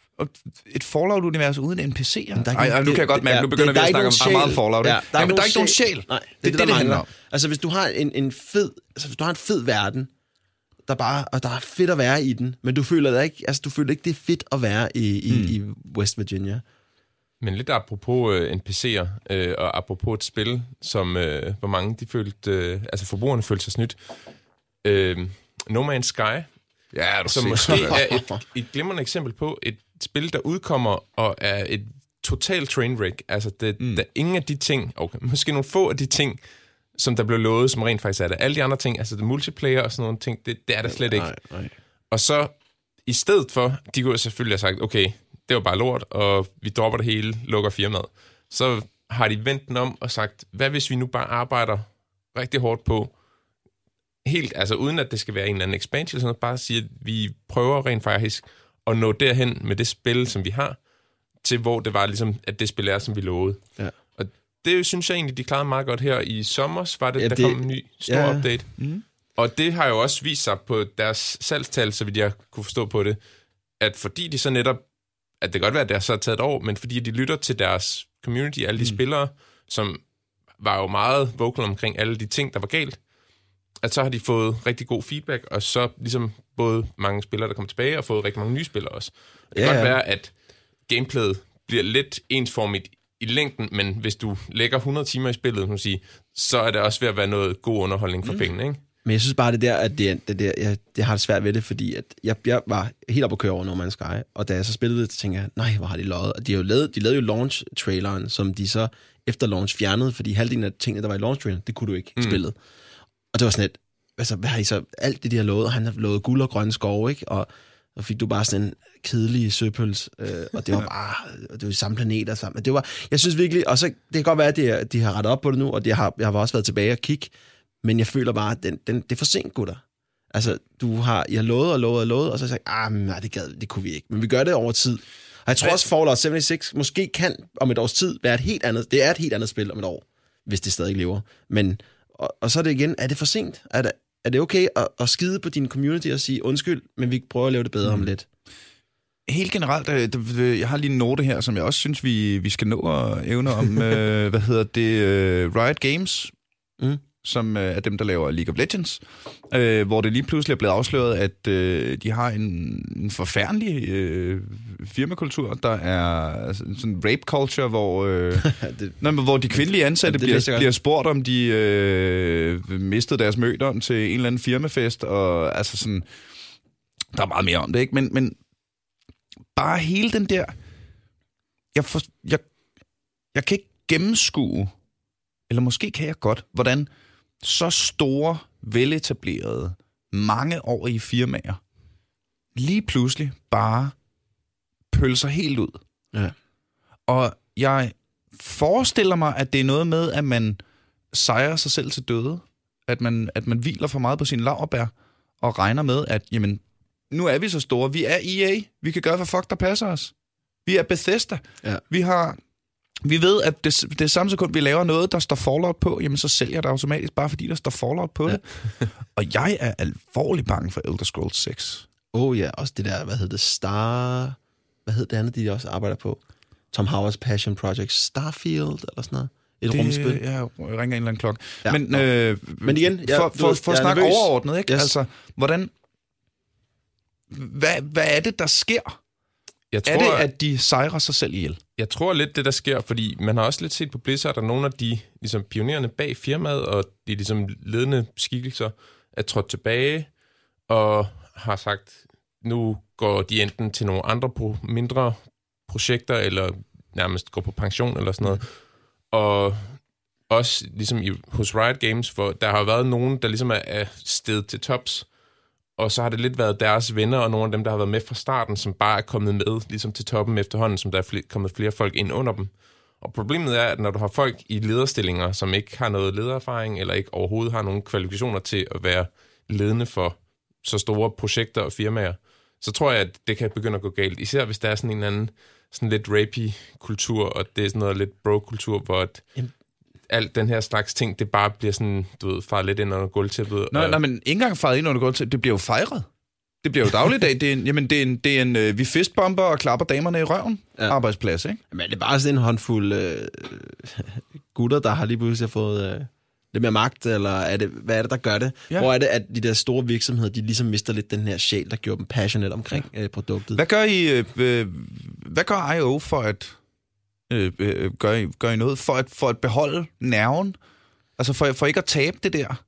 A: et Fallout-univers uden N P C'er?
C: Ej,
A: nu kan jeg godt mærke, ja, nu begynder det, vi at snakke om meget Fallout. Ja, der, er ja, men der er ikke nogen sjæl.
C: Nej, det er det, det, det handler om. Altså, hvis du har en, en fed, altså, hvis du har en fed verden, der bare, og der er fedt at være i den, men du føler det ikke, altså, du føler ikke, det er fedt at være i, i, mm. i West Virginia.
B: Men lidt apropos øh, N P C'er, øh, og apropos et spil, som øh, hvor mange de følte, øh, altså forbrugerne følte sig snydt. Øh, No Man's Sky,
A: ja,
B: som måske er et, et glimrende eksempel på et spil, der udkommer og er et total trainwreck. Altså, det, mm. der er ingen af de ting, okay, måske nogle få af de ting, som der blev lovet, som rent faktisk er det. Alle de andre ting, altså det multiplayer og sådan nogle ting, det, det er der slet ikke.
C: Nej, nej.
B: Og så, i stedet for, de kunne selvfølgelig have sagt, okay, det var bare lort, og vi dropper det hele, lukker firmaet. Så har de vendt den om og sagt, hvad hvis vi nu bare arbejder rigtig hårdt på, helt, altså uden at det skal være en eller anden expansion, eller sådan noget, bare sige, at vi prøver rent faktisk at nå derhen med det spil, som vi har, til hvor det var ligesom, at det spil er, som vi lovede. Ja. Og det synes jeg egentlig, de klarede meget godt her. I sommer var det, ja, der det, kom en ny stor ja. update. Mm. Og det har jo også vist sig på deres salgstal, så vidt jeg kunne forstå på det, at fordi de så netop, at det kan godt være, at det har så taget et år, men fordi de lytter til deres community, alle de mm. spillere, som var jo meget vocal omkring alle de ting, der var galt, at så har de fået rigtig god feedback, og så ligesom både mange spillere, der kommer tilbage, og fået rigtig mange nye spillere også. Det kan ja, godt være, at gameplayet bliver lidt ensformigt i længden, men hvis du lægger hundrede timer i spillet, kan man sige, så er det også ved at være noget god underholdning for mm. pengene, ikke?
C: Men jeg synes bare, det der, at det, det der, jeg, det har det svært ved det, fordi at jeg, jeg var helt oppe at køre over No Man's Sky, og da jeg så spillede det, så tænkte jeg, nej, hvor har de løjet. Og de, har jo lavet, de lavede jo launch-traileren, som de så efter launch fjernede, fordi halvdelen af tingene, der var i launch-traileren, det kunne du ikke mm. spillet. Og det var sådan et, altså, hvad har I så, alt det, de har lovet, og han har lovet guld og grønne skove, ikke? Og så fik du bare sådan en kedelig søpøls, øh, og det var bare, det var samme planeter sammen. Det var, jeg synes virkelig, og så, det kan godt være, at de, de har rettet op på det nu, og de har, jeg har også været tilbage og kigge, men jeg føler bare, at den, den, det er for sent, gutter. Altså, du har, I har lovet og lovet og lovet, og så har jeg sagt, ah, men nej, det gad, det kunne vi ikke. Men vi gør det over tid. Og jeg tror også, Fallout seventy-six måske kan om et års tid være et helt andet, det er et helt andet spil om et år, hvis det stadig lever. Men, og, og så er det igen, er det for sent? Er det, er det okay at, at skide på din community og sige, undskyld, men vi prøver at lave det bedre mm. om lidt?
A: Helt generelt, jeg har lige en note her, som jeg også synes, vi, vi skal nå at evne om, øh, hvad hedder det, øh, Riot Games, mm. som øh, er dem, der laver League of Legends, øh, hvor det lige pludselig er blevet afsløret, at øh, de har en, en forfærdelig øh, firmakultur, der er altså, sådan en rape culture, hvor, øh, det, nej, hvor de kvindelige ansatte bliver, bliver spurgt, om de øh, mistede deres mødom til en eller anden firmafest, og altså sådan, der er meget mere om det, ikke? Men, men bare hele den der, jeg, for, jeg, jeg kan ikke gennemskue, eller måske kan jeg godt, hvordan så store, veletablerede, mangeårige firmaer lige pludselig bare pølser helt ud. Ja. Og jeg forestiller mig, at det er noget med, at man sejrer sig selv til døde, at man, at man hviler for meget på sin laurbær, og regner med, at jamen, nu er vi så store, vi er E A, vi kan gøre, hvad fuck der passer os. Vi er Bethesda, ja. vi har... Vi ved, at det, det er samme sekund, vi laver noget, der står Fallout på, jamen så sælger det automatisk, bare fordi der står Fallout på ja. det. Og jeg er alvorligt bange for Elder Scrolls seks.
C: Åh oh, ja, også det der, hvad hedder det, Star... Hvad hedder det andet, de også arbejder på? Tom Howards Passion Project, Starfield eller sådan noget? Et
A: det,
C: rumspil?
A: Ja, jeg ringer en eller anden klokke. Ja, men, øh,
C: men igen, jeg,
A: for, for, for at snakke
C: nervøs.
A: overordnet, ikke?
C: Yes. Altså,
A: hvordan... Hvad, hvad er det, der sker?
B: Jeg tror,
A: er det, at de sejrer sig selv ihjel?
B: Jeg tror lidt, det der sker, fordi man har også lidt set på Blizzard, at nogle af de ligesom, pionererne bag firmaet, og de ligesom, ledende skikkelser, er trådt tilbage, og har sagt, nu går de enten til nogle andre pro- mindre projekter, eller nærmest går på pension, eller sådan noget. Og også ligesom i, hos Riot Games, hvor der har været nogen, der ligesom er, er steget til tops, og så har det lidt været deres venner, og nogle af dem, der har været med fra starten, som bare er kommet med ligesom til toppen efterhånden, som der er fl- kommet flere folk ind under dem. Og problemet er, at når du har folk i lederstillinger, som ikke har noget ledererfaring, eller ikke overhovedet har nogen kvalifikationer til at være ledende for så store projekter og firmaer, så tror jeg, at det kan begynde at gå galt. Især hvis der er sådan en eller anden sådan lidt rapey-kultur, og det er sådan noget lidt bro-kultur, hvor at alt den her slags ting, det bare bliver sådan, du ved, faret lidt ind under gulvtæppet.
A: Nej, nej, men ikke engang faret ind under gulvtæppet, det bliver jo fejret. Det bliver jo dagligdag. Det er en, jamen, det er en, det er en øh, vi fistbomber og klapper damerne i røven ja. arbejdsplads, ikke?
C: Men det er bare sådan en håndfuld øh, gutter, der har lige pludselig fået øh, lidt mere magt, eller er det, hvad er det, der gør det? Ja. Hvor er det, at de der store virksomheder, de ligesom mister lidt den her sjæl, der gjorde dem passionate omkring ja. øh, produktet?
A: Hvad gør I, øh, øh, hvad gør I O for at, øh, øh, gør, I, gør I noget for at, for at beholde nerven? Altså for, for ikke at tabe det der?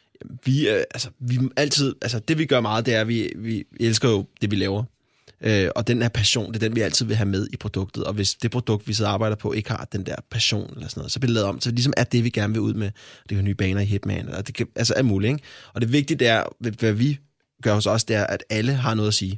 C: Vi, øh, altså, vi altid, altså det vi gør meget, det er, at vi, vi elsker jo det, vi laver. Øh, og den her passion, det er den, vi altid vil have med i produktet. Og hvis det produkt, vi sidder og arbejder på, ikke har den der passion eller sådan noget, så bliver det lavet om. Så det ligesom er det, vi gerne vil ud med. Det er jo nye baner i Hitman, og det kan, altså er muligt, ikke? Og det vigtige, det er, hvad vi gør hos os, det er, at alle har noget at sige.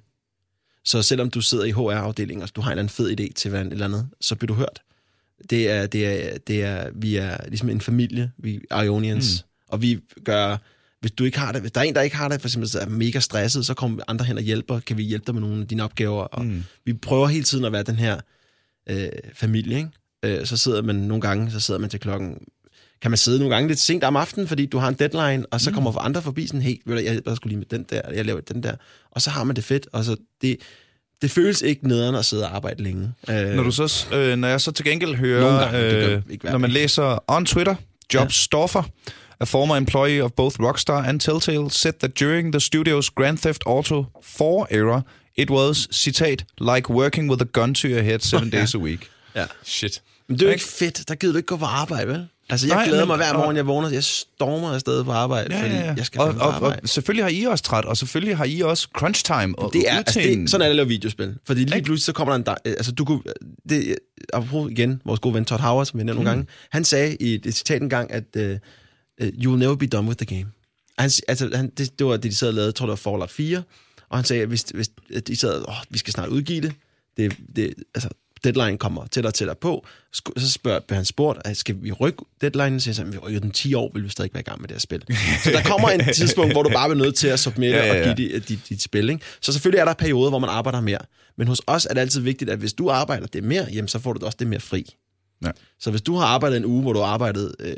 C: Så selvom du sidder i H R-afdelingen, og du har en eller anden fed idé til hvad et eller andet, så bliver du hørt. Det er, det er, det er, vi er ligesom en familie, vi er Ionians, mm. og vi gør... Hvis du ikke har det, hvis der er en, der ikke har det, for eksempel er mega stresset, så kommer andre hen og hjælper. Kan vi hjælpe dig med nogle af dine opgaver? Og mm. vi prøver hele tiden at være den her øh, familie, ikke? Øh, så sidder man nogle gange, så sidder man til klokken... Kan man sidde nogle gange lidt sent om aftenen, fordi du har en deadline, og så mm. kommer for andre forbi sådan, hey, jeg, jeg skulle lige med den der, jeg laver den der. Og så har man det fedt, og så det... Det føles ikke nederen at sidde og arbejde længe. Øh,
A: når, du så, øh, når jeg så til gengæld hører, gange, øh, når man læser on Twitter, Job Stoffer, a former employee of both Rockstar and Telltale, said that during the studio's Grand Theft Auto four era, it was, citat, like working with a gun to your head seven days a week.
C: Ja.
B: Shit.
C: Men det er jo ikke fedt. Der gider du ikke gå på arbejde, vel? Altså, jeg Nej, glæder men, mig hver morgen, jeg vågner, jeg stormer afsted på arbejde, ja, fordi ja, ja. jeg skal
A: og,
C: på
A: og,
C: arbejde.
A: Og selvfølgelig har I også træt, og selvfølgelig har I også crunch time. Og,
C: det er, altså, det, sådan er det at lave videospil. Fordi lige pludselig så kommer der en... Altså, du kunne... Det, apropos igen, vores gode ven Todd Howard, som vi nævnte mm. nogle gange, han sagde i et, et citat en gang, at uh, you will never be done with the game. Han, altså, han, det, det var det, de sad og lavede, jeg tror det var Fallout fire, og han sagde, at hvis, hvis de sad, åh, vi skal snart udgive det, det, det altså, deadline kommer tættere og tættere på, så spørger han spurgt, skal vi rykke deadline? Så jeg siger, vi rykker den ti år, vil vi stadig være i gang med det her spil. Så der kommer en tidspunkt, hvor du bare er nødt til at submitte ja, ja, ja. og give dit, dit, dit spil. Ikke? Så selvfølgelig er der perioder, hvor man arbejder mere. Men hos os er det altid vigtigt, at hvis du arbejder det mere, jamen, så får du også det mere fri. Ja. Så hvis du har arbejdet en uge, hvor du har arbejdet øh,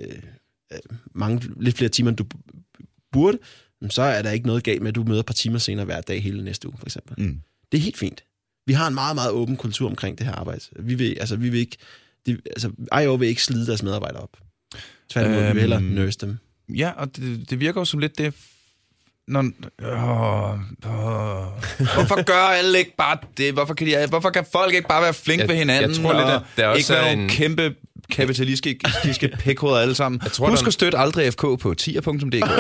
C: mange, lidt flere timer, end du burde, så er der ikke noget galt med, at du møder et par timer senere hver dag hele næste uge, for eksempel. Mm. Det er helt fint. Vi har en meget, meget åben kultur omkring det her arbejde. Vi vil, altså, vi vil ikke, de, altså, I O vil ikke slide deres medarbejdere op. Tværtimod, øhm, vi vil hellere nurse dem.
A: Ja, og det, det virker jo som lidt det... Når, åh, åh, hvorfor gør alle ikke bare det? Hvorfor kan, de, hvorfor kan folk ikke bare være flinke
B: jeg,
A: ved hinanden?
B: Jeg tror lidt, at der
A: og
B: også
A: ikke være
B: en...
A: nogle kæmpe kapitalistiske pækhoveder alle sammen. Jeg tror, Husk at støtte aldrig F K på tier punktum d k.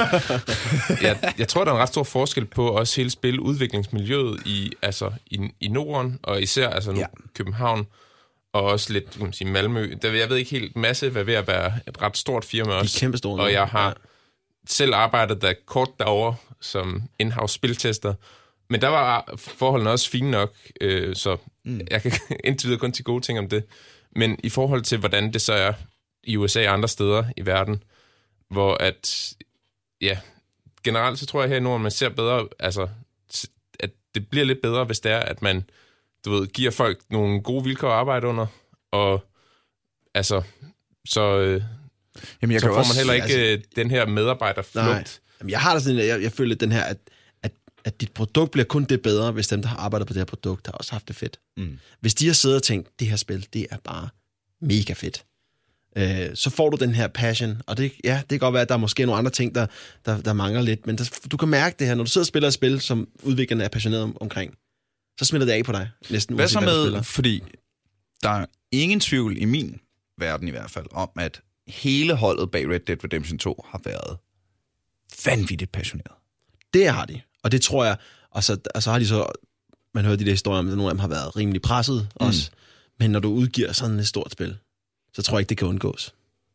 B: jeg, jeg tror, der er en ret stor forskel på også hele spiludviklingsmiljøet i, altså, i, i Norden, og især altså, nu, ja. København, og også lidt kan man sige, Malmø. Der, jeg ved ikke helt, Massive er ved at være et ret stort firma også.
C: De er kæmpestore.
B: Og jeg har ja. selv arbejdet der kort derovre som in-house spiltester. Men der var forholdene også fine nok, øh, så mm. jeg kan indtil videre kun sige gode ting om det. Men i forhold til, hvordan det så er i U S A og andre steder i verden, hvor at, ja, generelt så tror jeg her i Norden, man ser bedre, altså, at det bliver lidt bedre, hvis det er, at man, du ved, giver folk nogle gode vilkår at arbejde under, og altså, så, øh, Jamen, jeg så kan får også, man heller ikke altså, den her medarbejderflugt.
C: Nej. Jamen, jeg har da sådan, jeg, jeg føler den her, at, at, at dit produkt bliver kun det bedre, hvis dem, der har arbejdet på det her produkt, har også haft det fedt. Mm. Hvis de har siddet og tænkt, det her spil, det er bare mega fedt, øh, så får du den her passion, og det, ja, det kan godt være, at der er måske nogle andre ting, der, der, der mangler lidt, men der, du kan mærke det her, når du sidder og spiller et spil, som udviklerne er passioneret om, omkring, så smitter det af på dig, næsten
A: hvad uanset, hvad du spiller. Fordi der er ingen tvivl i min verden i hvert fald, om at hele holdet bag Red Dead Redemption to har været vanvittigt passioneret.
C: Det har de, og det tror jeg, og så, og så har de så, man hører de der historier om, at nogle af dem har været rimelig presset mm. også, men når du udgiver sådan et stort spil, så tror jeg ikke, det kan undgås.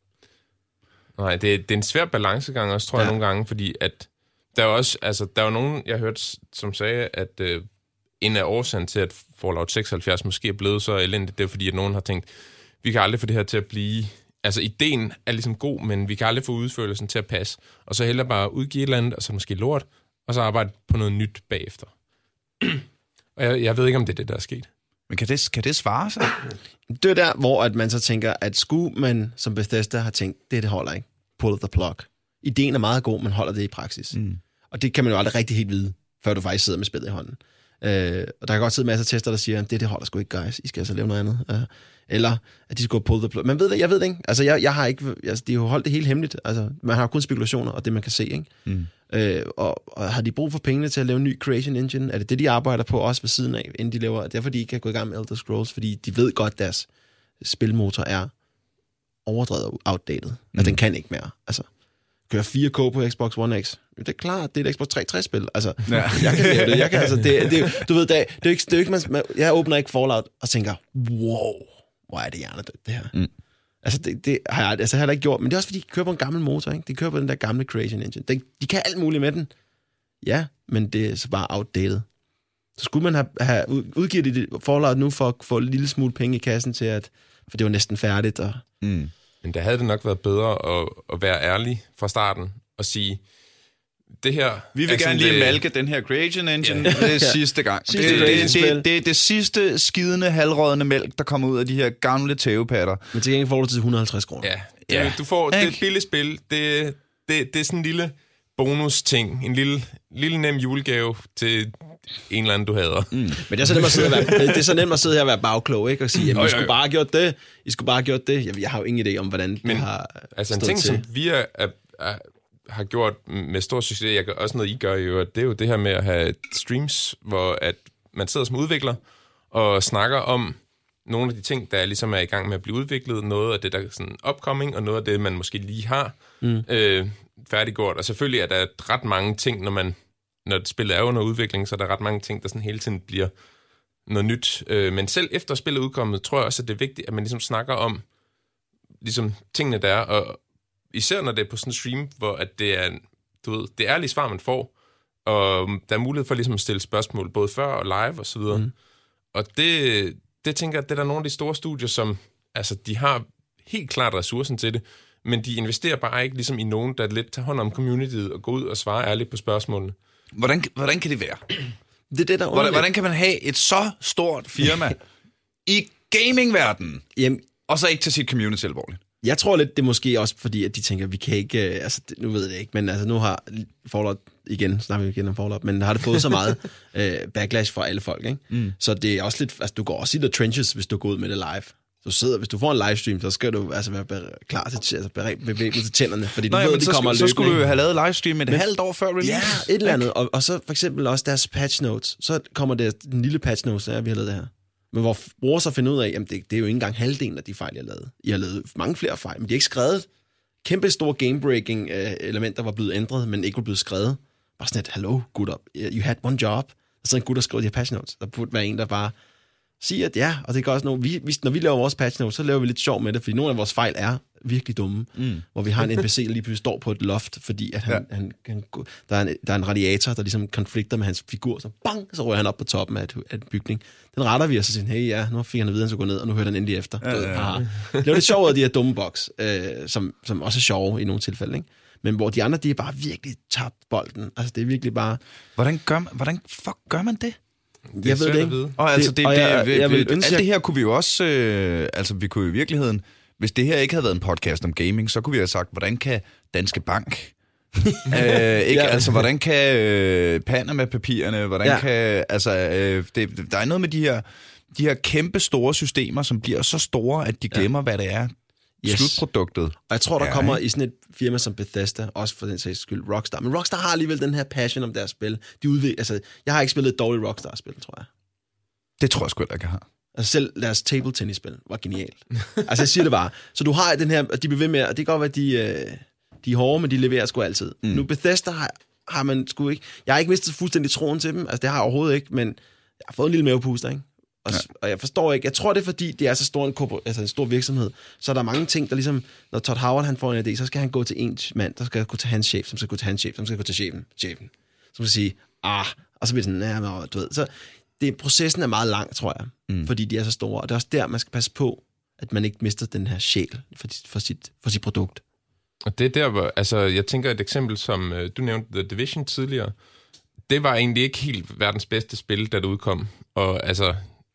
B: Nej, det, det er en svær balancegang også, tror ja. jeg, nogle gange, fordi at der er også, altså, der er jo nogen, jeg hørte, som sagde, at øh, en af årsagen til, at Fallout seksoghalvfjerds måske er blevet så elendigt, det er fordi, at nogen har tænkt, vi kan aldrig få det her til at blive, altså ideen er ligesom god, men vi kan aldrig få udførelsen til at passe, og så hellere bare udgive et eller andet, og så måske lort, og så arbejde på noget nyt bagefter. Og jeg, jeg ved ikke, om det er det, der er sket.
A: Men kan det, kan det svare sig?
C: Det er der, hvor at man så tænker, at skulle man som Bethesda har tænkt, det, det holder ikke. Pull the plug. Ideen er meget god, men holder det i praksis. Mm. Og det kan man jo aldrig rigtig helt vide, før du faktisk sidder med spillet i hånden. Øh, og der kan godt sidde masser af tester, der siger, det, det holder sgu ikke, guys. I skal altså lave noget andet. Øh, eller at de skulle pull the plug. Man ved det, jeg ved det ikke. Altså, jeg, jeg har ikke, altså, de har jo holdt det helt hemmeligt. Altså, man har kun spekulationer, og det man kan se, ikke? Mm. Øh, og, og har de brug for pengene til at lave en ny creation engine? Er det det, de arbejder på også ved siden af, inden de laver? Derfor de ikke kan gå i gang med Elder Scrolls, fordi de ved godt, at deres spilmotor er overdrevet og outdated. Mm. At den kan ikke mere. Altså, kører fire K på Xbox One X. Det er klart, det er et Xbox tre tres-spil. Altså, ja. jeg kan lave det. Jeg kan, altså, det, det, du ved, det, det er jo ikke, det er ikke man, jeg åbner ikke Fallout og tænker, wow, hvor er det hjernedødt, det her. Mm. Altså, det, det har jeg altså heller ikke gjort. Men det er også, fordi de kører på en gammel motor, ikke? De kører på den der gamle creation engine. De, de kan alt muligt med den. Ja, men det er så bare outdated. Så skulle man have, have udgivet det Fallout nu for at få en lille smule penge i kassen til, at, for det var næsten færdigt. Og...
B: Mm. Men der havde det nok været bedre at, at være ærlig fra starten og sige, det her...
A: Vi vil gerne lige det... malke den her creation engine. Ja. Det er sidste gang. Sidste det, det, det, det, det er det sidste skidende, halvrådende mælk, der kommer ud af de her gamle tævepatter.
C: Men til gengæld får du til et hundrede og halvtreds kroner.
B: Ja, ja. Du får det er et billigt spil. Det, det, det er sådan en lille bonus-ting. En lille, lille nem julegave til en eller anden, du hader. Mm.
C: Men det er så nemt at sidde, være, det er så nemt at sidde her og være bagklog, ikke? Og sige, jamen, I skulle bare have gjort det. I skulle bare have gjort det. Jeg, jeg har jo ingen idé om, hvordan Men, det har
B: altså en ting, til. Som vi er, er, er, har gjort med stor succes, jeg gør også noget, I gør jo, det er jo det her med at have streams, hvor at man sidder som udvikler og snakker om nogle af de ting, der ligesom er i gang med at blive udviklet, noget af det, der er sådan upcoming, og noget af det, man måske lige har mm. øh, færdiggjort. Og selvfølgelig er der ret mange ting, når man når spillet er under udvikling, så er der ret mange ting, der sådan hele tiden bliver noget nyt. Øh, men selv efter spillet er udkommet, tror jeg også, at det er vigtigt, at man ligesom snakker om ligesom tingene der er, og især når det er på sådan en stream, hvor at det er, du ved, det ærlige svar, man får, og der er mulighed for ligesom at stille spørgsmål, både før og live og så videre. Mm. Og det, det tænker jeg, det er der nogle af de store studier, som, altså, de har helt klart ressourcen til det, men de investerer bare ikke ligesom i nogen, der lidt tager hånd om communityet og går ud og svarer ærligt på spørgsmålene.
A: Hvordan, hvordan kan det være?
C: Det er det, der
A: hvordan, hvordan kan man have et så stort firma i gamingverdenen, Jamen, og så ikke tage sit community alvorligt?
C: Jeg tror lidt, det er måske også fordi, at de tænker, vi kan ikke, altså nu ved jeg det ikke, men altså nu har Fallout, igen, snakker vi igen om Fallout, men har det fået så meget øh, backlash fra alle folk, ikke? Mm. Så det er også lidt, altså du går også i the trenches, hvis du går ud med det live. Så sidder, hvis du får en livestream, så skal du altså være klar til, altså bevæbnet til tænderne, fordi du Nå, ved, de kommer løbende.
A: Så skulle du jo have lavet livestream et men, halvt år før release.
C: Ja, et eller andet. Og, og så for eksempel også deres patch notes. Så kommer der en lille patch notes, der vi har lavet det her. Men hvor bruger så finder ud af, jamen det, det er jo ikke engang halvdelen af de fejl, jeg har lavet. I har lavet mange flere fejl, men de har ikke skrevet. Kæmpe store game-breaking øh, elementer var blevet ændret, men ikke var blevet skrevet. Bare sådan et, hello, gutter, you had one job. Og så en gut, der skrev de her patch notes. Der burde være en, der bare siger, at ja, og det gør også noget. Vi, vi, når vi laver vores patch notes, så laver vi lidt sjov med det, fordi nogle af vores fejl er virkelig dumme. Mm. Hvor vi har en N P C, der lige pludselig står på et loft, fordi at han, ja. han, han, der, er en, der er en radiator, der ligesom konflikter med hans figur, så bang, så rører han op på toppen af et, af et bygning. Den retter vi, og så siger hey ja, nu fik han at vide, han skulle gå ned, og nu hører den endelig efter. Ja, ja, ja. Det er lidt sjovt af de her dumme boks, øh, som, som også er sjove i nogle tilfælde, ikke? Men hvor de andre, de er bare virkelig tabt bolden. Altså, det er virkelig bare...
A: Hvordan gør man, hvordan fuck gør man det?
C: Det jeg ved det ikke.
A: Og altså, det, det, og jeg, det, jeg vil ønske, alt det her kunne vi jo også... Øh, altså, vi kunne i virkeligheden... Hvis det her ikke havde været en podcast om gaming, så kunne vi have sagt, hvordan kan Danske Bank... øh, ikke? Ja. Altså, hvordan kan øh, Panama-papirerne... Hvordan ja. kan... Altså, øh, det, der er noget med de her, de her kæmpe store systemer, som bliver så store, at de glemmer, ja. hvad det er. Yes. Slutproduktet.
C: Og jeg tror, der ja, kommer ikke? i sådan et firma som Bethesda, også for den sags skyld, Rockstar. Men Rockstar har alligevel den her passion om deres spil. De udvikler, altså, jeg har ikke spillet et dårligt Rockstar-spil, tror jeg.
A: Det tror jeg sgu ikke, jeg har.
C: Altså selv deres table tennis-spil var genialt. Altså jeg siger det bare. Så du har den her, de bliver ved med, og det kan godt være, at de, øh, de er hårde, men de leverer sgu altid. Mm. Nu Bethesda har, har man sgu ikke, jeg har ikke mistet fuldstændig troen til dem, altså det har jeg overhovedet ikke, men jeg har fået en lille mavepuster, ikke? Og, ja. og jeg forstår ikke, jeg tror det er fordi, det er så stor en, korpor- altså en stor virksomhed, så er der mange ting, der ligesom, når Todd Howard han får en idé, så skal han gå til en mand, der skal gå til hans chef, som skal gå til hans chef, som skal gå til chefen, chefen, som skal sige, ah, og så bliver det sådan, ja, men, du ved, så det, processen er meget lang, tror jeg, mm. fordi de er så store, og det er også der, man skal passe på, at man ikke mister den her sjæl for, for, sit, for sit produkt.
B: Og det er der, hvor, altså, jeg tænker et eksempel, som du nævnte The Division tidligere, det var egentlig ikke helt verdens bedste spil, da det udkom, og altså,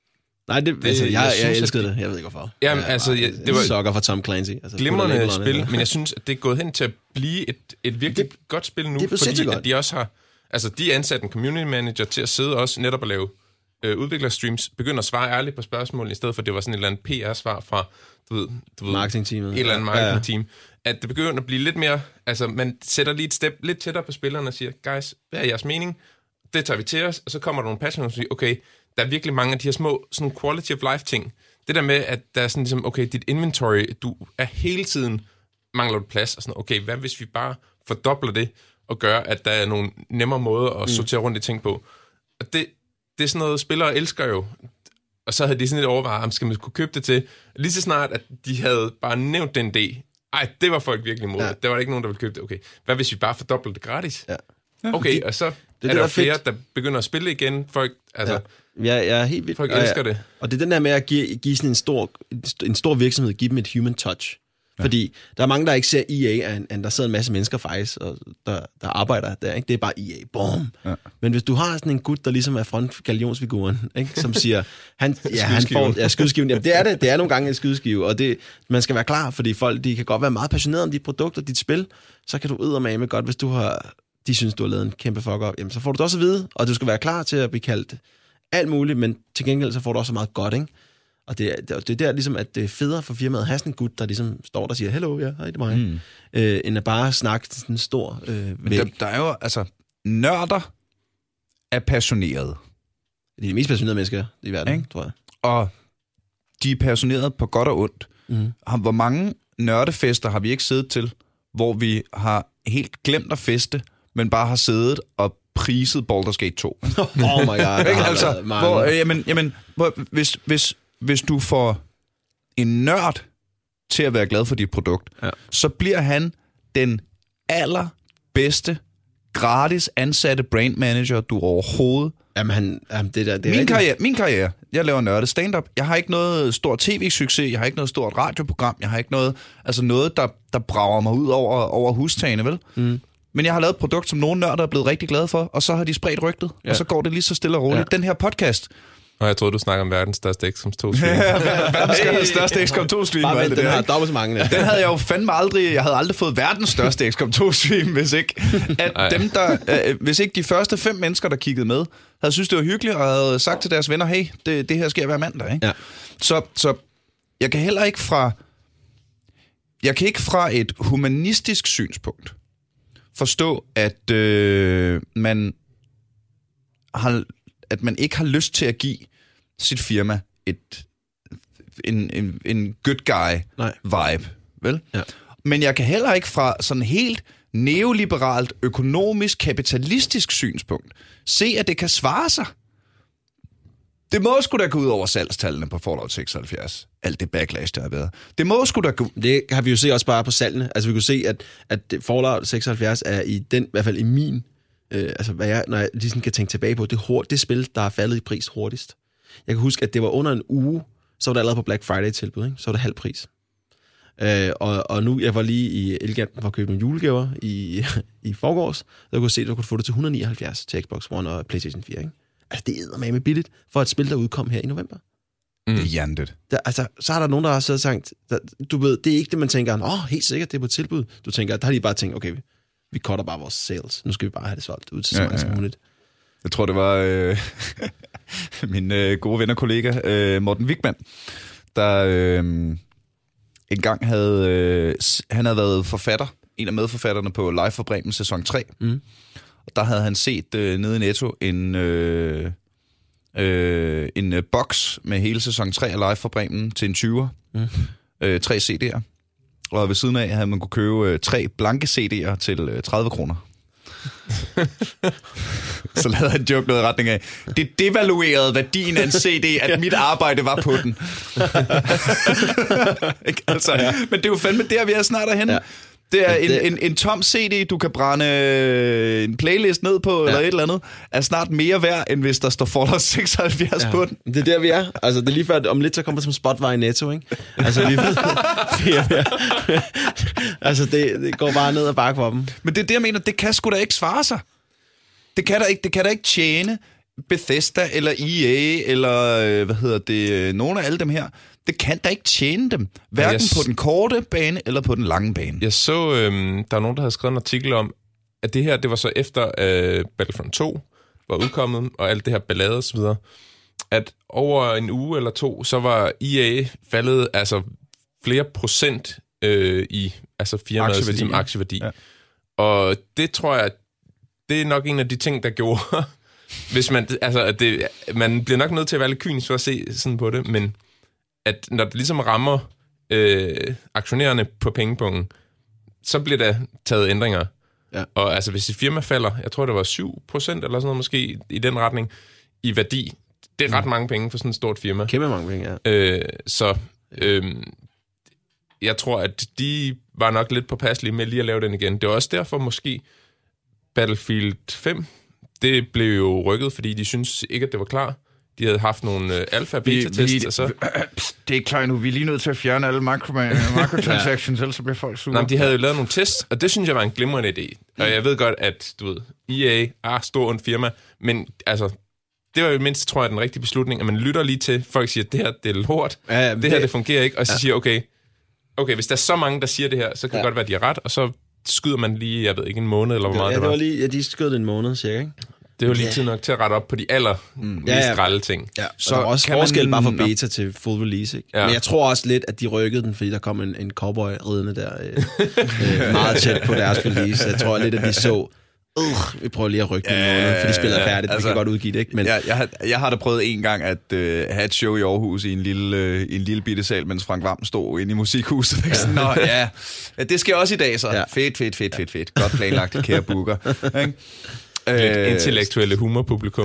C: Nej, det, altså, jeg, jeg, jeg elskede det. Jeg ved ikke hvorfor.
B: Jamen, altså, jeg, det var
C: sokker fra Tom Clancy. Altså,
B: glimrende spil, men jeg synes, at det er gået hen til at blive et, et virkelig det, godt spil nu,
C: det
B: fordi
C: godt.
B: At de også har, altså de ansat en community manager til at sidde også netop og lave øh, udviklerstreams, begynder at svare ærligt på spørgsmål, i stedet for at det var sådan et eller andet P R-svar fra, du ved, du ved
C: marketingteamet.
B: Et eller andet marketingteam. Ja, ja. At det begynder at blive lidt mere, altså man sætter lige et step lidt tættere på spillerne og siger, guys, hvad er jeres mening? Det tager vi til os, og så kommer der nogle passioner og siger, okay, der er virkelig mange af de her små sådan quality of life ting. Det der med, at der er sådan ligesom, okay, dit inventory, du er hele tiden mangler du plads, og sådan, okay, hvad hvis vi bare fordobler det, og gør, at der er nogle nemmere måder at sortere rundt i ting på. Og det, det er sådan noget, spillere elsker jo. Og så havde de sådan lidt overvejet, om skal man kunne købe det til. Lige så snart, at de havde bare nævnt den idé, ej, det var folk virkelig imod. Ja. Der var ikke nogen, der ville købe det. Okay, hvad hvis vi bare fordobler det gratis? Ja. Okay, og så det, er der, der flere, fedt. Der begynder at spille igen. Folk, altså, ja.
C: Ja, jeg er helt vildt.
B: Folk elsker
C: ja,
B: det.
C: Og det er den der med at give, give sådan en stor, en stor virksomhed, give dem et human touch. Ja. Fordi der er mange, der ikke ser E A, end der sidder en masse mennesker faktisk, og der, der arbejder der. Ikke? Det er bare E A. Boom. Ja. Men hvis du har sådan en gut, der ligesom er frontgalionsfiguren, ikke? Som siger, han, ja, han får ja, skydeskiven. Jamen, det er det. Det er nogle gange en skydeskive, og det, man skal være klar, fordi folk de kan godt være meget passionerede om dit produkt og dit spil. Så kan du eddermame godt, hvis du har, de synes, du har lavet en kæmpe fuck-up. Jamen, så får du det også at vide, og du skal være klar til at blive kaldt alt muligt, men til gengæld så får du også meget godt, ikke? Og det, det, det er der ligesom, at det er federe for firmaet at have sådan en gut, der ligesom står der og siger, hello, ja, hej, det er mig. Mm. Øh, end at bare snakke til sådan en stor øh,
A: Men der, der er jo, altså, nørder er passionerede.
C: Det er de mest passionerede mennesker i verden, ikke? Tror jeg.
A: Og de er passionerede på godt og ondt. Mm. Hvor mange nørdefester har vi ikke siddet til, hvor vi har helt glemt at feste, men bare har siddet og priset Baldur's Gate to.
C: Oh my god.
A: Ikke? Altså, hvor, jamen, jamen, hvor, hvis, hvis, hvis du får en nørd til at være glad for dit produkt, ja. Så bliver han den allerbedste gratis ansatte brand manager, du overhovedet.
C: Jamen, han, jamen det der, det er
A: min, karriere, min karriere, jeg laver nørdet stand-up. Jeg har ikke noget stort tv-succes, jeg har ikke noget stort radioprogram, jeg har ikke noget, altså noget, der, der brager mig ud over, over hustagene, vel? Mm. Men jeg har lavet et produkt, som nogle nørder er blevet rigtig glade for, og så har de spredt rygtet, ja. Og så går det lige så stille og roligt. Ja. Den her podcast.
B: Og jeg troede, du snakker om verdens største X COM to stream.
A: Ja, verdens hey, største X COM to stream.
C: Bare vent, den
A: der,
C: har dobbelt så mange.
A: Den havde jeg jo fandme aldrig, jeg havde aldrig fået verdens største X COM to stream, hvis ikke, at dem der, øh, hvis ikke de første fem mennesker, der kiggede med, havde synes det var hyggeligt, og havde sagt til deres venner, hey, det, det her sker hver mandag, ikke? Ja. Så, så jeg kan heller ikke fra, jeg kan ikke fra et humanistisk synspunkt forstå, at øh, man har, at man ikke har lyst til at give sit firma et en, en, en good guy Nej. vibe, vel? Ja. Men jeg kan heller ikke fra sådan helt neoliberalt, økonomisk, kapitalistisk synspunkt se, at det kan svare sig. Det må sgu da gå ud over salgstallene på Fallout seksoghalvfjerds. Alt det backlash, der har været. Det må sgu da gå...
C: Det har vi jo set også bare på salgene. Altså, vi kunne se, at, at Fallout seksoghalvfjerds er i den, i hvert fald i min... Øh, altså, hvad jeg, når jeg ligesom kan tænke tilbage på, det, hurtigt, det spil, der er faldet i pris hurtigst. Jeg kan huske, at det var under en uge, så var det allerede på Black Friday-tilbud, ikke? Så var det halv pris. Øh, og, og nu, jeg var lige i Elgiganten for at købe nogle julegaver i, i forgårs, så jeg kunne se, at du kunne få det til et hundrede og nioghalvfjerds til Xbox One og PlayStation fire, ikke? Altså, det er eddermame billigt for et spil, der udkom her i november.
A: Mm. Det er hjernet.
C: Der, altså, så har der nogen, der har siddet og sagt, der, du ved, det er ikke det, man tænker, åh, oh, helt sikkert, det er på tilbud. Du tænker, der har de bare tænkt, okay, vi, vi cutter bare vores sales. Nu skal vi bare have det solgt ud til så mange ja, ja, ja. som muligt.
A: Jeg tror, det var øh, min øh, gode ven og kollega, øh, Morten Wigman, der øh, engang havde, øh, han havde været forfatter, en af medforfatterne på Live for Bremen sæson tre. Mm. Og der havde han set øh, nede i Netto en, øh, øh, en øh, boks med hele sæson tre af Live for Bremen til en tyver. Mm. Øh, tre C D'er. Og ved siden af havde man kunne købe øh, tre blanke C D'er til øh, tredive kroner. Så lavede han joke noget i retning af, det devaluerede værdien af en C D, at mit arbejde var på den. altså, ja. Men det er jo fandme der, vi er snart derhen. Ja. Det er en, det... en, en tom C D, du kan brænde en playlist ned på, ja. eller et eller andet, er snart mere værd, end hvis der står Fallout seksoghalvfjerds ja. på den.
C: Det er der, vi er. Altså, det er lige før, om lidt, så kommer som Spotify i Netto, ikke? Altså, vi ved, vi er, altså, det, det går bare ned og bakke for dem.
A: Men det er det, jeg mener, det kan sgu da ikke svare sig. Det kan da ikke, det kan da ikke tjene Bethesda eller E A eller hvad hedder det, nogle af alle dem her, det kan da ikke tjene dem, hverken yes. på den korte bane eller på den lange bane.
B: Jeg så, øhm, der var nogen, der havde skrevet en artikel om, at det her, det var så efter øh, Battlefront to var udkommet, og alt det her ballade og så videre, at over en uge eller to, så var E A faldet altså flere procent øh, i altså firmaets aktieværdi. Ligesom, aktieværdi. Ja. Og det tror jeg, det er nok en af de ting, der gjorde, hvis man, altså, det, man bliver nok nødt til at være lidt kynisk for at se sådan på det, men at når det ligesom rammer øh, aktionærerne på pengepunkten, så bliver der taget ændringer. Ja. Og altså, hvis et firma falder, jeg tror, det var syv procent eller sådan noget måske i den retning, i værdi, det er ret mange penge for sådan et stort firma.
C: Kæmpe mange penge, ja.
B: Øh, så øh, jeg tror, at de var nok lidt påpasselige med lige at lave den igen. Det var også derfor måske Battlefield fem, det blev jo rykket, fordi de synes ikke, at det var klar. De havde haft nogle uh, alfa-beta-tests, og så...
A: Det er ikke klar nu. Vi er lige nødt til at fjerne alle microtransactions, ellers så bliver folk sure.
B: Nej, de havde jo lavet nogle tests, og det synes jeg var en glimrende idé. Og jeg ved godt, at, du ved, E A er stor en firma, men altså, det var jo mindst, tror jeg, den rigtige beslutning, at man lytter lige til, folk siger, det her, det er lort, ja, ja, det, det her, det fungerer ikke, og så ja. siger, okay, okay, hvis der er så mange, der siger det her, så kan ja. det godt være, at de har ret, og så skyder man lige, jeg ved ikke, en måned, eller hvor meget
C: ja,
B: det var.
C: Ja, det var lige, ja, de skød en måned, cirka, ikke?
B: Det var lige yeah. tid nok til at rette op på de aller mm. mest ja, ja. grælde ting.
C: Ja. Så der er også forskel man... bare fra beta til full release, ikke? Ja. Men jeg tror også lidt, at de rykkede den, fordi der kom en, en cowboy ridende der øh, øh, meget tæt på deres release. Jeg tror lidt, at de så, øh, vi prøver lige at rykke den ja, måned, for de spiller ja, færdigt. Altså, vi kan godt udgive det, ikke? Men...
A: Jeg, jeg, har, jeg har da prøvet en gang at øh, have et show i Aarhus i en lille, øh, en lille bitte sal, mens Frank Hvam stod inde i musikhuset. Ja. Sådan, nå, ja. ja, det sker også i dag, så. Ja. Fedt, fedt, fedt, fedt, fedt. Godt planlagt, kære booker. Ikke?
B: Lidt intellektuelle humorpublikum.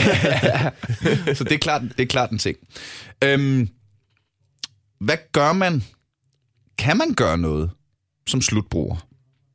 A: Så det er klart, det er klart en ting. Øhm, hvad gør man? Kan man gøre noget som slutbruger?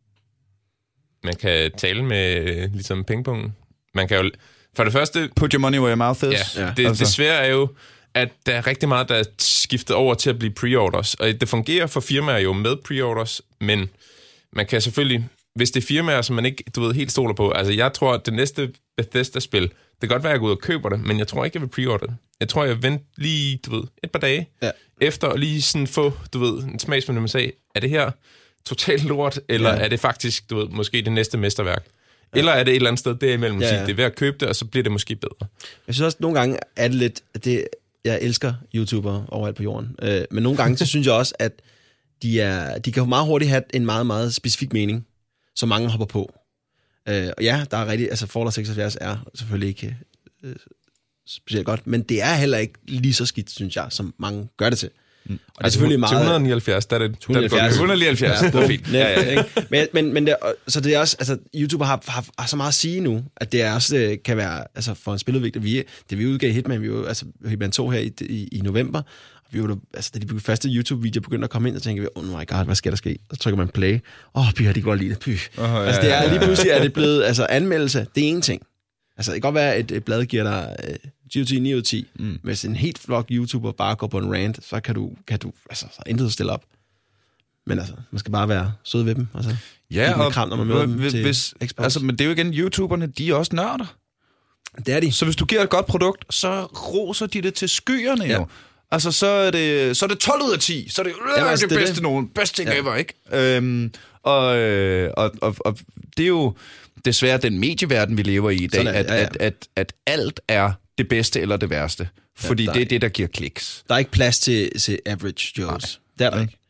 B: Man kan tale med ligesom pingpongen. Man kan jo for det første
A: put your money where your mouth is.
B: Ja, det, altså. det svære er jo, at der er rigtig meget, der er skiftet over til at blive pre-orders. Og det fungerer for firmaer jo med pre-orders, men man kan selvfølgelig... Hvis det er firmaer, som man ikke, du ved, helt stoler på. Altså, jeg tror, at det næste Bethesda-spil, det kan godt være, at jeg går ud og køber det, men jeg tror ikke, jeg vil pre-order det. Jeg tror, jeg vil vente lige, du ved, et par dage ja. efter, og lige sådan få, du ved, en smagsfornemmelse af, er det her totalt lort, eller ja. er det faktisk, du ved, måske det næste mesterværk? Ja. Eller er det et eller andet sted derimellem, ja, ja. Sige, det er ved at købe det, og så bliver det måske bedre.
C: Jeg synes også, nogle gange er det lidt, det, jeg elsker YouTubere overalt på jorden, øh, men nogle gange, så synes jeg også, at de, er, de kan meget hurtigt have en meget, meget specifik mening, som mange hopper på. Øh, og ja, der er rigtig, altså Fallout seksoghalvfjerds er selvfølgelig ikke øh, specielt godt, men det er heller ikke lige så skidt, synes jeg, som mange gør det til. Mm. Og det er
B: altså,
C: selvfølgelig meget...
B: et hundrede og nioghalvfjerds, der er det... et hundrede og nioghalvfjerds,
C: ja, det er fint. Ja, ja, ikke? Men, men, men det, så det er også, altså, YouTuber har, har, har så meget at sige nu, at det er også det kan være, altså for en spiludvikler, vi, det vi udgav Hitman, vi jo, altså Hitman to her i, i, i november, vi var, altså, da de første YouTube-videoer begyndte at komme ind, så tænkte vi, oh my god, hvad skal der ske? Så trykker man play. Åh, oh, pyha, de går lige det. Py. Oh, ja, altså, det er lige pludselig, er det blevet, altså, anmeldelse, det er en ting. Altså, det kan godt være, at et blad giver dig uh, G O T ni ud af ti. Mm. Hvis en helt flok YouTuber bare går på en rant, så kan du, kan du altså, så intet at stille op. Men altså, man skal bare være sød ved dem. Altså,
A: ja, og
C: kram, når man møder dem
A: hvis,
C: til
A: hvis, altså, men det er jo igen, YouTuberne, de er også nørder.
C: Det er de.
A: Så hvis du giver et godt produkt, så roser de det til skyerne ja. jo. Altså, så er, det, så er det tolv ud af ti. Så er det øh, Jamen, altså, det, det bedste det. nogen. Bedste ting ja. ever, ikke? Øhm, og, og, og, og det er jo desværre den medieverden, vi lever i i dag, er, at, ja, ja. At, at, at alt er det bedste eller det værste. Fordi ja, det er det, der giver kliks.
C: Der er ikke plads til, til average Joes. Nej. Det er der ikke.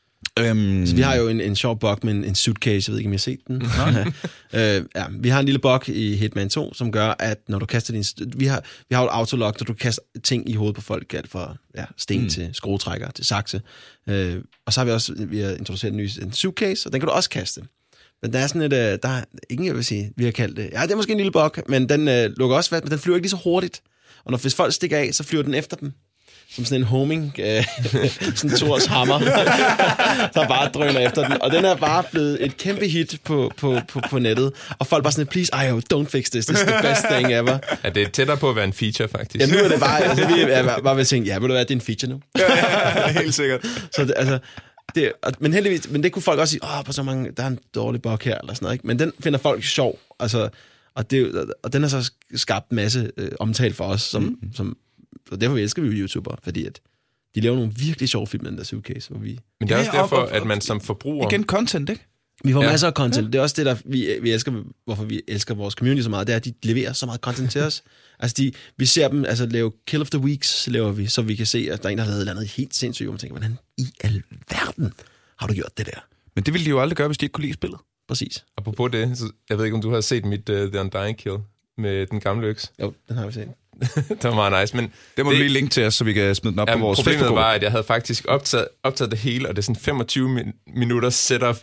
C: Um, så vi har jo en, en sjov bug med en, en suitcase, jeg ved ikke, om I har set den. uh, ja, vi har en lille bug i Hitman to, som gør, at når du kaster din... Vi har, vi har jo et autolock, når du kaster ting i hovedet på folk, alt fra ja, sten mm. til skruetrækker til sakse. Uh, og så har vi også vi har introduceret en ny en suitcase, og den kan du også kaste. Men der er sådan et... Der er ingen, jeg vil sige, vi har kaldt det... Ja, det er måske en lille bug, men den uh, lukker også fast, men den flyver ikke lige så hurtigt. Og når hvis folk stikker af, så flyver den efter dem. Som sådan en homing, øh, sådan Thors hammer, der bare drøner efter den. Og den er bare blevet et kæmpe hit på, på, på, på nettet. Og folk bare sådan, please, io, don't fix this, this is the best thing ever.
B: Ja, det er tættere på at være en feature, faktisk.
C: Ja, nu er det bare, altså vi er bare ved at tænke, ja, vil du være, det er en feature nu?
A: Ja, helt sikkert.
C: Så det, altså, det, men heldigvis, men det kunne folk også sige, åh, på så mange, der er en dårlig bug her, eller sådan noget, ikke? Men den finder folk sjov, altså... Og, det, og den har så skabt en masse øh, omtale for os, som, mm. som, og derfor elsker vi jo YouTuber, fordi at de laver nogle virkelig sjove film, den der Suitcase, hvor vi...
B: Men det er også derfor, at man som forbruger...
A: Igen content, ikke?
C: Vi får
B: Ja.
C: masser af content. Ja. Det er også det, der vi, vi elsker, hvorfor vi elsker vores community så meget, det er, at de leverer så meget content til os. Altså, de, vi ser dem, altså lave Kill of the Weeks, laver vi, så vi kan se, at der er en, der har lavet noget helt sindssygt, og man tænker, hvordan i alverden har du gjort det der?
A: Men det ville de jo aldrig gøre, hvis de ikke kunne lide spillet.
C: Præcis.
B: Apropos det, så jeg ved ikke, om du har set mit uh, The Undying Kill med den gamle øks.
C: Jo, den har vi set.
B: Det var meget nice, men...
A: Det må det, du lige linke til os, så vi kan smide den op
B: jamen,
A: på vores
B: problemet
A: Facebook.
B: var, at jeg havde faktisk optaget, optaget det hele, og det er sådan femogtyve min, minutters setup,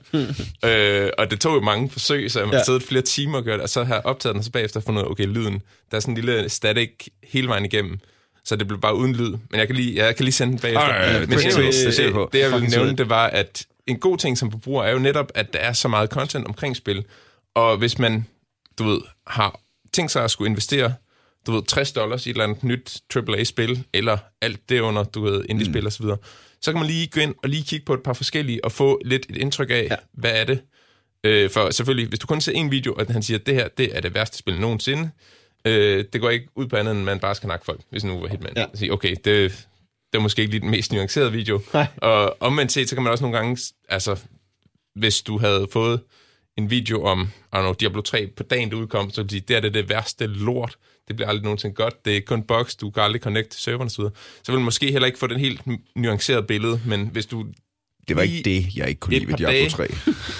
B: øh, og det tog jo mange forsøg, så jeg måtte
C: Ja.
B: sidde flere timer og gøre det, og så har jeg optaget den, og så bagefter fundet ud af, okay, lyden, der er sådan en lille static hele vejen igennem, så det blev bare uden lyd, men jeg kan lige, jeg kan lige sende den bagefter.
A: Ej, ja,
B: men
A: det ser vi.
B: det,
A: Det ser vi
B: det,
A: på.
B: det, jeg ville
C: Fucking
B: nævne,
C: sødt.
B: det var, at en god ting som forbruger er jo netop, at der er så meget content omkring spil, og hvis man, du ved, har tænkt sig at skulle investere du ved, tres dollars i et eller andet nyt triple A-spil, eller alt det under, du ved, indie-spil mm. og så videre, så kan man lige gå ind og lige kigge på et par forskellige, og få lidt et indtryk af, ja. hvad er det? Øh, for selvfølgelig, hvis du kun ser en video, og han siger, at det her, det er det værste spil nogensinde, øh, det går ikke ud på andet, end man bare skal nakke folk, hvis nu var Hitman. Ja. Sige, okay, det, det er måske ikke lige den mest nuancerede video.
C: Nej.
B: Og omvendt set, så kan man også nogle gange, altså, hvis du havde fået en video om, I don't know, Diablo tre på dagen, det udkom, så vil sige, det er det, det værste lort. Det bliver aldrig nogensinde godt. Det er kun bugs, du kan aldrig connect til serveren og så videre. Så vil man måske heller ikke få den helt nuancerede billede, men hvis du...
A: Det var ikke det, jeg ikke kunne lide ved Diablo tre.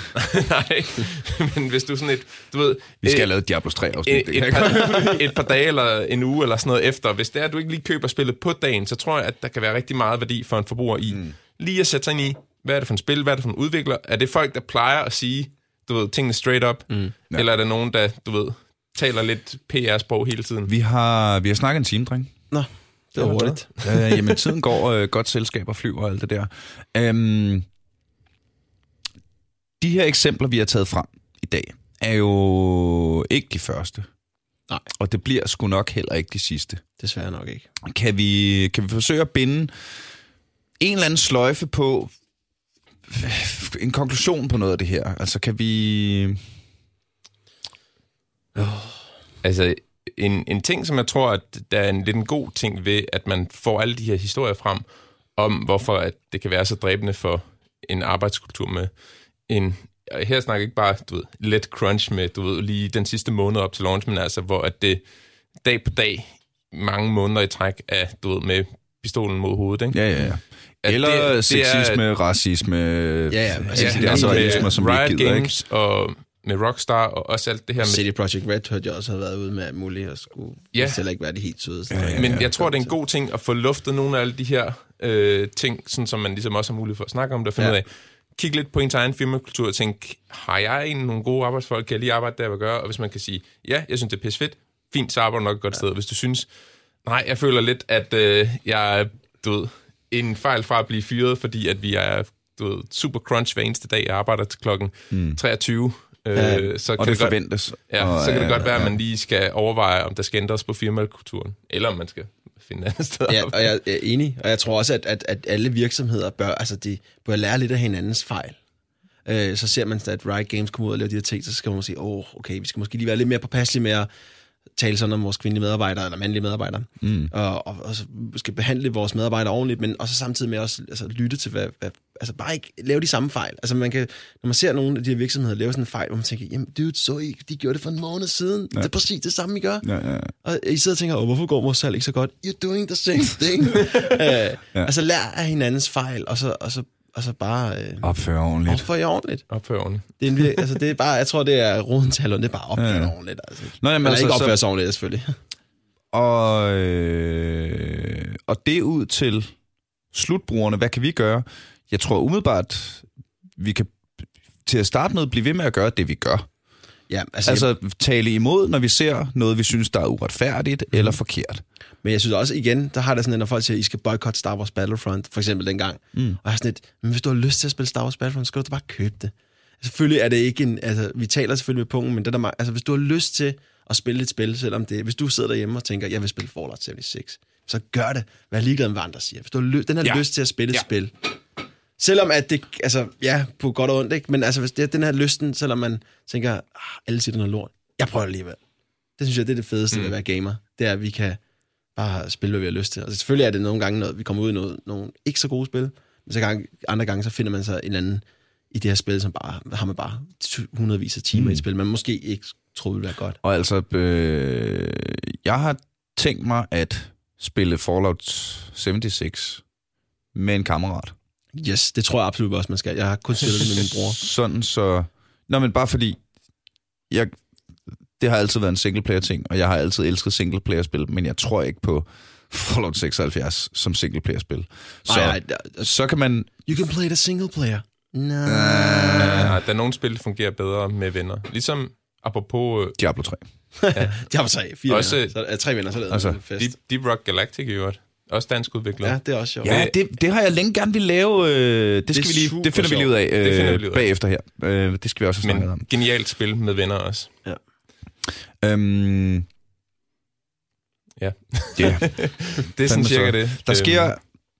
B: Nej, men hvis du sådan et... Du ved,
A: Vi skal have lavet Diablo tre afsnit.
B: et, et, par, et par dage eller en uge eller sådan noget efter. Hvis det er, at du ikke lige køber spillet på dagen, så tror jeg, at der kan være rigtig meget værdi for en forbruger i. Mm. Lige at sætte sig ind i, hvad er det for en spil, hvad er det for en udvikler? Er det folk, der plejer at sige, du ved, tingene straight up? Mm. Ja. Eller er der nogen, der, du ved, taler lidt P R-sprog hele tiden?
A: Vi har, vi har snakket en time, dreng.
C: Nå, det var hurtigt.
A: øh, jamen, tiden går, øh, godt selskab og flyver og alt det der. Øhm, de her eksempler, vi har taget frem i dag, er jo ikke de første.
C: Nej.
A: Og det bliver sgu nok heller ikke de sidste.
C: Desværre nok ikke.
A: Kan vi, kan vi forsøge at binde en eller anden sløjfe på en konklusion på noget af det her? Altså, kan vi...
B: Oh. Altså, en, en ting, som jeg tror, at der er en lidt en god ting ved, at man får alle de her historier frem, om hvorfor at det kan være så dræbende for en arbejdskultur med en... Her snakker jeg ikke bare, du ved, let crunch med, du ved, lige den sidste måned op til launch, men altså, hvor at det dag på dag, mange måneder i træk, er, du ved, med pistolen mod hovedet, ikke?
A: Ja, ja, ja. Eller det, sexisme, det er, racisme,
C: ja, ja,
A: altså,
C: ja,
A: det er altså realisme, som vi
B: Riot
A: gider,
B: Games ikke? Og med Rockstar og også alt det her med...
C: City Project Red hørte jeg også have været ude med alt muligt, og skulle
B: ja.
C: heller ikke være det helt søde.
B: Ja, ja, men jeg tror, det er en god ting at få luftet nogle af alle de her øh, ting, sådan som man ligesom også har mulighed for at snakke om det og finde ja. ud af. Kig lidt på ens egen firmakultur og tænk, har jeg egentlig nogle gode arbejdsfolk? Kan jeg lige arbejde der, jeg vil gøre? Og hvis man kan sige, ja, jeg synes, det er pisse fedt, fint, så arbejder du nok et godt ja. sted. Hvis du synes, nej, jeg føler lidt, at øh, jeg er, du ved, en fejl fra at blive fyret, fordi at vi er, du ved, super crunch hver eneste dag. Jeg arbejder til klokken mm. treogtyve.
A: Ja,
B: øh, så
A: og
B: kan
A: det,
B: det
A: forventes.
B: Godt, ja,
A: og,
B: så kan det
A: ja,
B: godt være,
A: ja.
B: at man lige skal overveje, om der skal ændres på firmakulturen, eller om man skal finde et andet sted.
C: Ja, og jeg er enig, og jeg tror også, at, at, at alle virksomheder bør, altså de bør lære lidt af hinandens fejl. Øh, så ser man, at Riot Games kommer ud og laver de her ting, så skal man sige, åh, oh, okay, vi skal måske lige være lidt mere påpasselige med at tale sådan om vores kvindelige medarbejdere, eller mandlige medarbejdere, mm. og, og, og så skal behandle vores medarbejdere ordentligt, men også samtidig med også altså, lytte til, hvad, hvad, altså bare ikke lave de samme fejl. Altså man kan, når man ser nogle af de her virksomheder lave sådan en fejl, hvor man tænker, jamen dude, så I, de gjorde det for en måned siden, ja. Det er præcis det samme, I gør.
A: Ja, ja.
C: Og I sidder og tænker, hvorfor går vores salg ikke så godt? You're doing the same thing. uh, ja. Altså lær af hinandens fejl, og så, og så og så bare... Øh,
A: opføre ordentligt.
C: Opføre ordentligt.
B: Opføre ordentligt.
C: Det er, en, altså, det er bare, jeg tror, det er roden til det er bare opføre ja. ordentligt. Altså.
A: Nå, jamen,
C: Eller
A: altså,
C: ikke opføre
A: så...
C: sig ordentligt, selvfølgelig.
A: Og, øh, og det ud til slutbrugerne, hvad kan vi gøre? Jeg tror umiddelbart, vi kan til at starte med blive ved med at gøre det, vi gør.
C: Ja, altså,
A: altså
C: jeg...
A: tale imod, når vi ser noget, vi synes, der er uretfærdigt mm. eller forkert.
C: Men jeg synes også igen, der har det sådan, at når folk siger, at I skal boykotte Star Wars Battlefront, for eksempel dengang, mm. og jeg har sådan et, men hvis du har lyst til at spille Star Wars Battlefront, så skal du bare købe det. Selvfølgelig er det ikke en, altså vi taler selvfølgelig med punkten, men det der, altså hvis du har lyst til at spille et spil, selvom det, hvis du sidder derhjemme og tænker, jeg vil spille Fallout seventy-six, så gør det. Vær ligeglad med, hvad andre siger. Hvis du har lyst, den har ja. lyst til at spille et ja. spil, selvom at det, altså ja, på godt og ondt, ikke? Men altså hvis det er den her lysten, selvom man tænker, ah, alle siger, det er noget lort, jeg prøver det alligevel. Det synes jeg, det er det fedeste mm. ved at være gamer. Det er, at vi kan bare spille, hvad vi har lyst til. Og selvfølgelig er det nogle gange, når vi kommer ud i noget, nogle ikke så gode spil, men så gang, andre gange, så finder man sig en eller anden i det her spil, som bare har man bare hundredvis af timer mm. i et spil, man måske ikke troede ville være godt.
A: Og altså, øh, jeg har tænkt mig at spille Fallout seventy-six med en kammerat.
C: Yes, det tror jeg absolut også, man skal. Jeg har kun spillet det med min bror.
A: Sådan så... Nå, men bare fordi... Jeg, det har altid været en singleplayer-ting, og jeg har altid elsket singleplayer-spil, men jeg tror ikke på Fallout seksoghalvfjerds som singleplayer-spil. Så,
C: Ej, ej,
A: så kan man...
C: You can play the single player. No.
B: Uh, ja, der er nogle spil, der fungerer bedre med venner. Ligesom apropos... Uh,
A: Diablo tre.
C: Ja. Diablo tre, fire
B: også,
C: venner. Så er tre venner, så er det
A: altså,
C: fest.
B: Deep, Deep Rock Galactic i øvrigt. Også dansk udvikler.
C: Ja, det er også sjovt.
A: Ja, det, det har jeg længe gerne vil lave. Øh, det, skal
C: det,
A: vi lige, det finder vi lige ud af, øh,
B: det finder vi lige ud af.
A: bagefter her. Øh, det skal vi også have snakket om.
B: Men genialt spil med venner også.
C: Ja.
A: Øhm,
B: Ja.
A: Yeah.
B: Det er sådan cirka det.
A: Der sker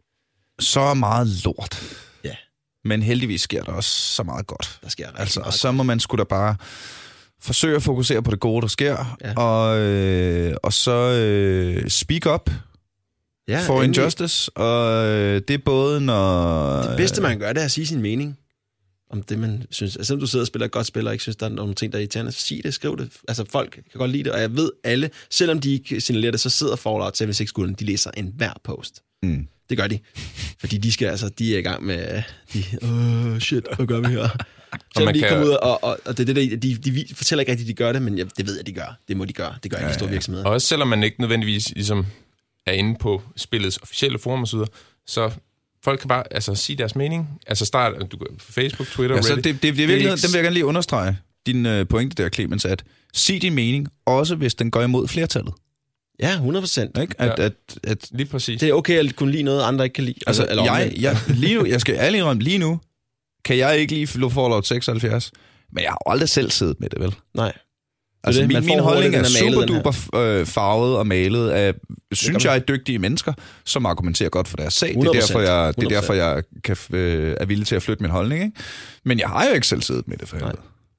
A: så meget lort.
C: Ja.
A: Men heldigvis sker der også så meget godt.
C: Der sker rigtig
A: altså,
C: meget.
A: Og så må man sgu da bare forsøge at fokusere på det gode, der sker.
C: Ja.
A: Og, øh, og så øh, speak up.
C: Ja,
A: for
C: endelig.
A: injustice, og øh, det er både når...
C: Det bedste, man gør, det er at sige sin mening om det, man synes. Altså, selvom du sidder og spiller et godt spil, og ikke synes, der er nogle ting, der er irriterende, så sig det, skriv det. Altså, folk kan godt lide det, og jeg ved alle, selvom de ikke signalerer det, så sidder Fallout seventy-six-gutten, de læser enhver post.
A: Mm.
C: Det gør de. Fordi de skal altså, de er i gang med, de, åh, oh, shit, hvad gør vi her? Selvom de kan... kommer ud, og, og, og det er det, de, de, de fortæller ikke rigtigt, de gør det, men jeg, det ved jeg, de gør. Det må de gøre. Det gør ikke de store virksomheder.
B: Og også selvom man ikke nødvendigvis ligesom er inde på spillets officielle forum og så videre, så folk kan bare altså sige deres mening. Altså start du på Facebook, Twitter,
A: ja, så
B: Reddit.
A: det, det, det, det er virkelig, ikke... den vil jeg gerne lige understrege, din uh, pointe der, Clemens, at sig din mening, også hvis den går imod flertallet.
C: Ja, hundrede procent.
A: Ikke? At,
B: ja.
A: at, at,
B: lige præcis.
C: Det er okay at kunne lide noget, andre ikke kan lide.
A: Altså,
C: eller
A: jeg, jeg, lige nu, jeg skal ærlig indrømme, lige nu, kan jeg ikke lide Fallout seksoghalvfjerds, men jeg har jo aldrig selv siddet med det, vel?
C: Nej.
A: Altså,
C: det,
A: min, min holdning er, er super duper øh, farvet og malet af, synes jeg, er dygtige mennesker, som argumenterer godt for deres sag. Det er derfor, jeg, det er derfor, jeg kan, øh, er villig til at flytte min holdning. Ikke? Men jeg har jo ikke selv siddet med det for helvede.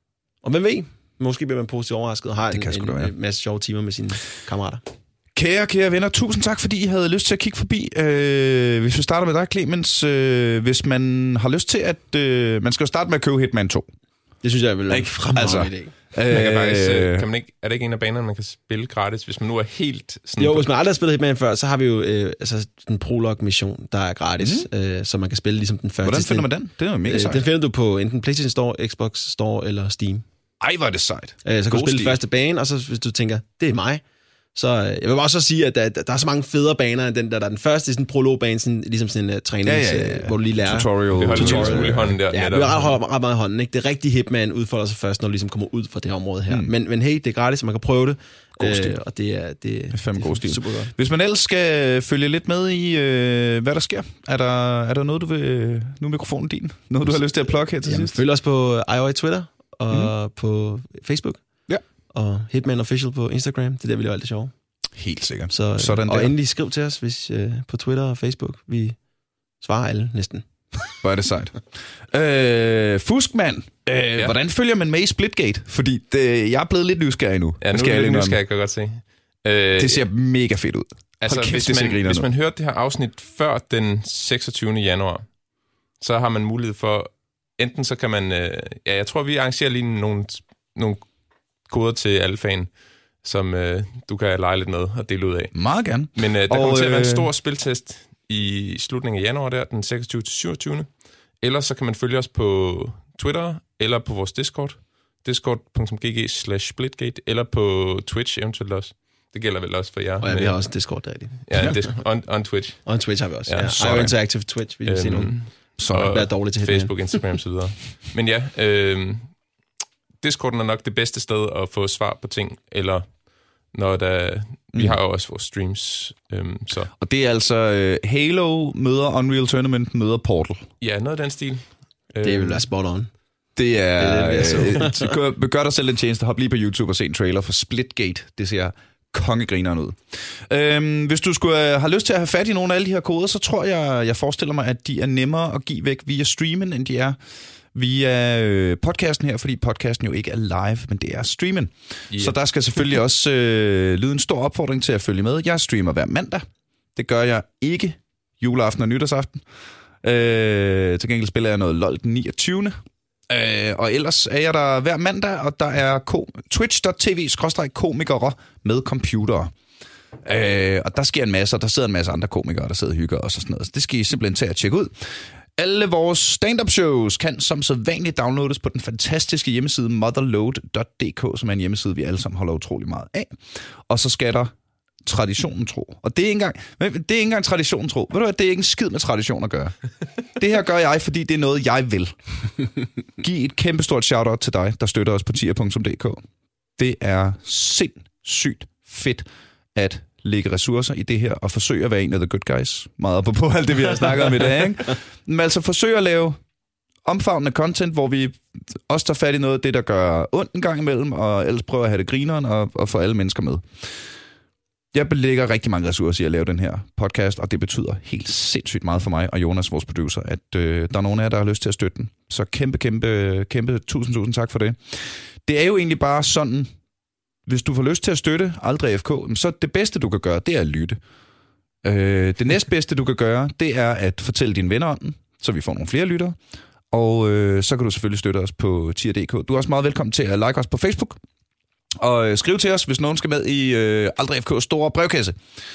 C: Og hvem ved? Måske bliver man positivt overrasket og har en, en,
A: være.
C: en masse sjove timer med sine kammerater.
A: Kære, kære venner, tusind tak, fordi I havde lyst til at kigge forbi. Øh, hvis vi starter med dig, Clemens, øh, hvis man har lyst til at... Øh, man skal jo starte med at købe Hitman to.
C: Det synes jeg vil være en fremragende
A: altså,
C: idé.
B: Man kan faktisk, kan man ikke, er det ikke en af banerne, man kan spille gratis, hvis man nu er helt... Sådan
C: jo, hvis man aldrig har spillet Hitman før, så har vi jo øh, altså, en prolog-mission, der er gratis, mm. øh, så man kan spille ligesom den første.
A: Hvordan finder man den? Det er jo mega sejt.
C: Den finder du på enten PlayStation Store, Xbox Store eller Steam.
A: Ej, hvor er det sejt.
C: Øh, så kan du spille den første bane, og så hvis du tænker, det er mig, så jeg vil også sige, at der, der er så mange federe baner end den der. Der er den første, sådan en prologbane, sådan, ligesom sådan en uh, trænings, ja, ja, ja. hvor du lige lærer.
A: Tutorial.
B: Det holder tutorial i hånden der.
C: Ja, du har ret meget i hånden. Ikke? Det rigtige Hitman udfolder sig først, når du ligesom kommer ud fra det her område her. Mm. Men, men hey, det er gratis, man kan prøve det.
A: God stil.
C: Øh, og det er, det,
A: det er fandme god stil.
C: Super godt.
A: Hvis man ellers skal følge lidt med i, øh, hvad der sker, er der, er der noget, du vil... Nu er mikrofonen din. Noget, du har lyst til at plukke her til
C: Jamen,
A: sidst?
C: følg os på I O I Twitter og mm. på Facebook.
A: Ja.
C: Og Hitman Official på Instagram. Det er der, vi laver alt det sjove.
A: Helt sikkert.
C: Så,
A: Sådan
C: og
A: der.
C: endelig skriv til os hvis, øh, på Twitter og Facebook. Vi svarer alle næsten.
A: Hvor er det sejt. øh, Fuskmand, øh, ja. Hvordan følger man med i Splitgate? Fordi det, jeg er blevet lidt nysgerrig nu.
B: Ja, nu
A: skal
B: er
A: jeg
B: lidt nysgerrig, kan jeg godt se. Øh,
A: det ser mega fedt ud.
B: Altså, kæft, hvis, man, hvis man hørte det her afsnit før den seksogtyvende januar, så har man mulighed for, enten så kan man, øh, ja, jeg tror, vi arrangerer lige nogle, nogle koder til alfaen, som øh, du kan lege lidt med og dele ud af.
A: Meget gerne.
B: Men øh, der
A: og,
B: kommer til at være en
A: øh...
B: stor spiltest i slutningen af januar, der, den seksogtyvende til syvogtyvende Ellers så kan man følge os på Twitter, eller på vores Discord, discord punktum g g slash splitgate, eller på Twitch eventuelt også. Det gælder vel også for jer.
C: Og ja, vi har også Discord der.
B: Ja, dis- on, on Twitch.
C: Og on Twitch har vi også. Ja,
B: ja.
C: I O Interactive Twitch, vi vil øhm, se nogen.
B: Så
C: være dårligt til
B: Facebook, Instagram og så videre. Men ja, øh, Discorden er nok det bedste sted at få svar på ting, eller når der... Vi har jo også vores streams. Øhm, så.
A: Og det er altså uh, Halo møder Unreal Tournament møder Portal.
B: Ja, noget af den stil.
C: Det vil være spot on.
A: Det er... Det er det, gør, gør dig selv en tjeneste. Hop lige på YouTube og se en trailer for Splitgate. Det ser kongegrineren ud. Øhm, hvis du skulle uh, have lyst til at have fat i nogle af alle de her koder, så tror jeg, jeg forestiller mig, at de er nemmere at give væk via streamen, end de er via øh, podcasten her, fordi podcasten jo ikke er live, men det er streamen. Yeah. Så der skal selvfølgelig også øh, lyde en stor opfordring til at følge med. Jeg streamer hver mandag. Det gør jeg ikke juleaften og nytårsaften. Øh, til gengæld spiller jeg noget LOL den niogtyvende Øh, og ellers er jeg der hver mandag, og der er ko- twitch punktum tv skråstreg komikere med computere. Øh, og der sker en masse, og der sidder en masse andre komikere, der sidder og hygger os og sådan noget. Så det skal I simpelthen tage at tjekke ud. Alle vores stand-up shows kan som sædvanligt downloades på den fantastiske hjemmeside motherload punktum d k, som er en hjemmeside, vi alle sammen holder utrolig meget af. Og så skal der traditionen tro. Og det er ikke engang, det er ikke engang traditionen tro. Ved du hvad, det er ikke en skid med tradition at gøre. Det her gør jeg, fordi det er noget, jeg vil. Giv et kæmpestort shout-out til dig, der støtter os på tier punktum d k. Det er sindssygt fedt at lægge ressourcer i det her, og forsøge at være en af the good guys. Meget op på alt det, vi har snakket om i dag, ikke? Men altså forsøge at lave omfavnende content, hvor vi også tager fat i noget af det, der gør ondt en gang imellem, og ellers prøver at have det grineren og, og få alle mennesker med. Jeg lægger rigtig mange ressourcer i at lave den her podcast, og det betyder helt sindssygt meget for mig og Jonas, vores producer, at øh, der er nogen af jer, der har lyst til at støtte den. Så kæmpe, kæmpe, kæmpe tusind, tusind tak for det. Det er jo egentlig bare sådan, hvis du får lyst til at støtte Aldrig F K, så det bedste, du kan gøre, det er at lytte. Øh, det næstbedste, du kan gøre, det er at fortælle dine venner om den, så vi får nogle flere lyttere. Og øh, så kan du selvfølgelig støtte os på tier punktum d k. Du er også meget velkommen til at like os på Facebook. Og øh, skriv til os, hvis nogen skal med i øh, Aldrig F K's store brevkasse.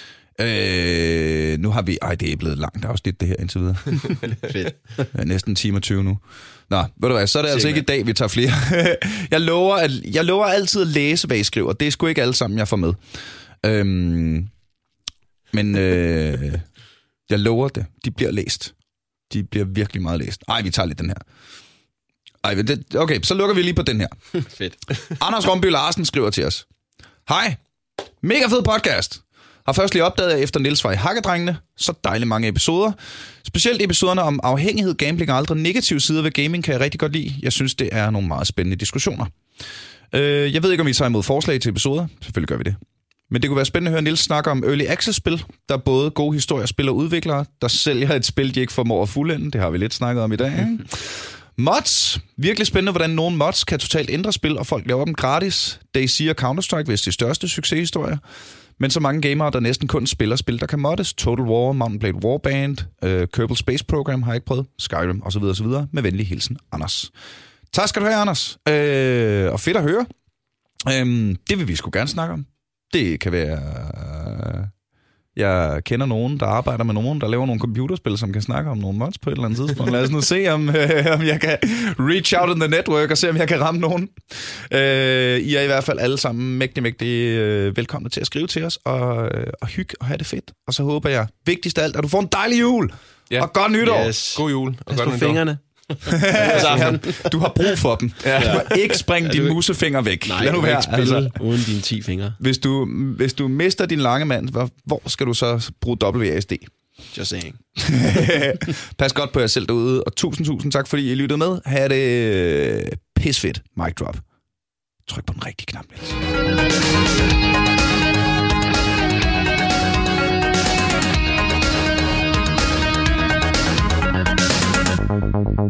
A: Øh, nu har vi... Ej, det er blevet langt afsnit, det her indtil videre.
C: Fedt.
A: Næsten en time og tyve nu. Nå, ved du hvad, så er det altså ikke i dag, vi tager flere. jeg, lover, at, jeg lover altid at læse, hvad I skriver. Det er sgu ikke alle sammen, jeg får med. Øhm, men øh, jeg lover det. De bliver læst. De bliver virkelig meget læst. Ej, vi tager lidt den her. Ej, det, okay, så lukker vi lige på den her.
C: Fedt.
A: Anders Romby Larsen skriver til os. Hej, mega fed podcast. Har først lige opdaget efter Niels var i Hakkedrengene. Så dejligt mange episoder. Specielt episoderne om afhængighed, gambling og andre negative sider ved gaming kan jeg rigtig godt lide. Jeg synes, det er nogle meget spændende diskussioner. Øh, jeg ved ikke, om I tager imod forslag til episoder. Selvfølgelig gør vi det. Men det kunne være spændende at høre Niels snakke om early access-spil. Der er både gode historier, spil og udviklere, der sælger et spil, de ikke formår at fuldende. Det har vi lidt snakket om i dag, ikke? Mods. Virkelig spændende, hvordan nogle mods kan totalt ændre spil, og folk laver dem gratis. DayZ og Counter-Strike, hvis de største succeshistorier. Men så mange gamere, der næsten kun spiller spil, der kan moddes. Total War, Mount and Blade Warband, uh, Kerbal Space Program har jeg ikke prøvet, Skyrim osv. osv. Med venlig hilsen, Anders. Tak skal du have, Anders. Uh, og fedt at høre. Um, det vil vi sgu gerne snakke om. Det kan være... Uh, jeg kender nogen, der arbejder med nogen, der laver nogle computerspil, som kan snakke om nogle mods på et eller andet tidspunkt. Lad os nu se, om, øh, om jeg kan reach out in the network og se, om jeg kan ramme nogen. Øh, I er i hvert fald alle sammen mægtig, mægtig øh, velkomne til at skrive til os og, øh, og hygge og have det fedt. Og så håber jeg, vigtigst af alt, at du får en dejlig jul ja. Og godt nytår.
B: Yes. God jul og
C: godt nytår. Fingrene.
A: Du har brug for dem. Ja. Du må ikke springe dine musefinger væk.
C: Nej, du kan ikke spille altså, uden dine ti fingre.
A: Hvis du, hvis du mister din lange mand, hvor, hvor skal du så bruge W A S D?
C: Just saying.
A: Pas godt på jer selv derude, og tusind, tusind tak, fordi I lyttede med. Ha' det pisfedt. Mic drop. Tryk på den rigtige knap, Niels.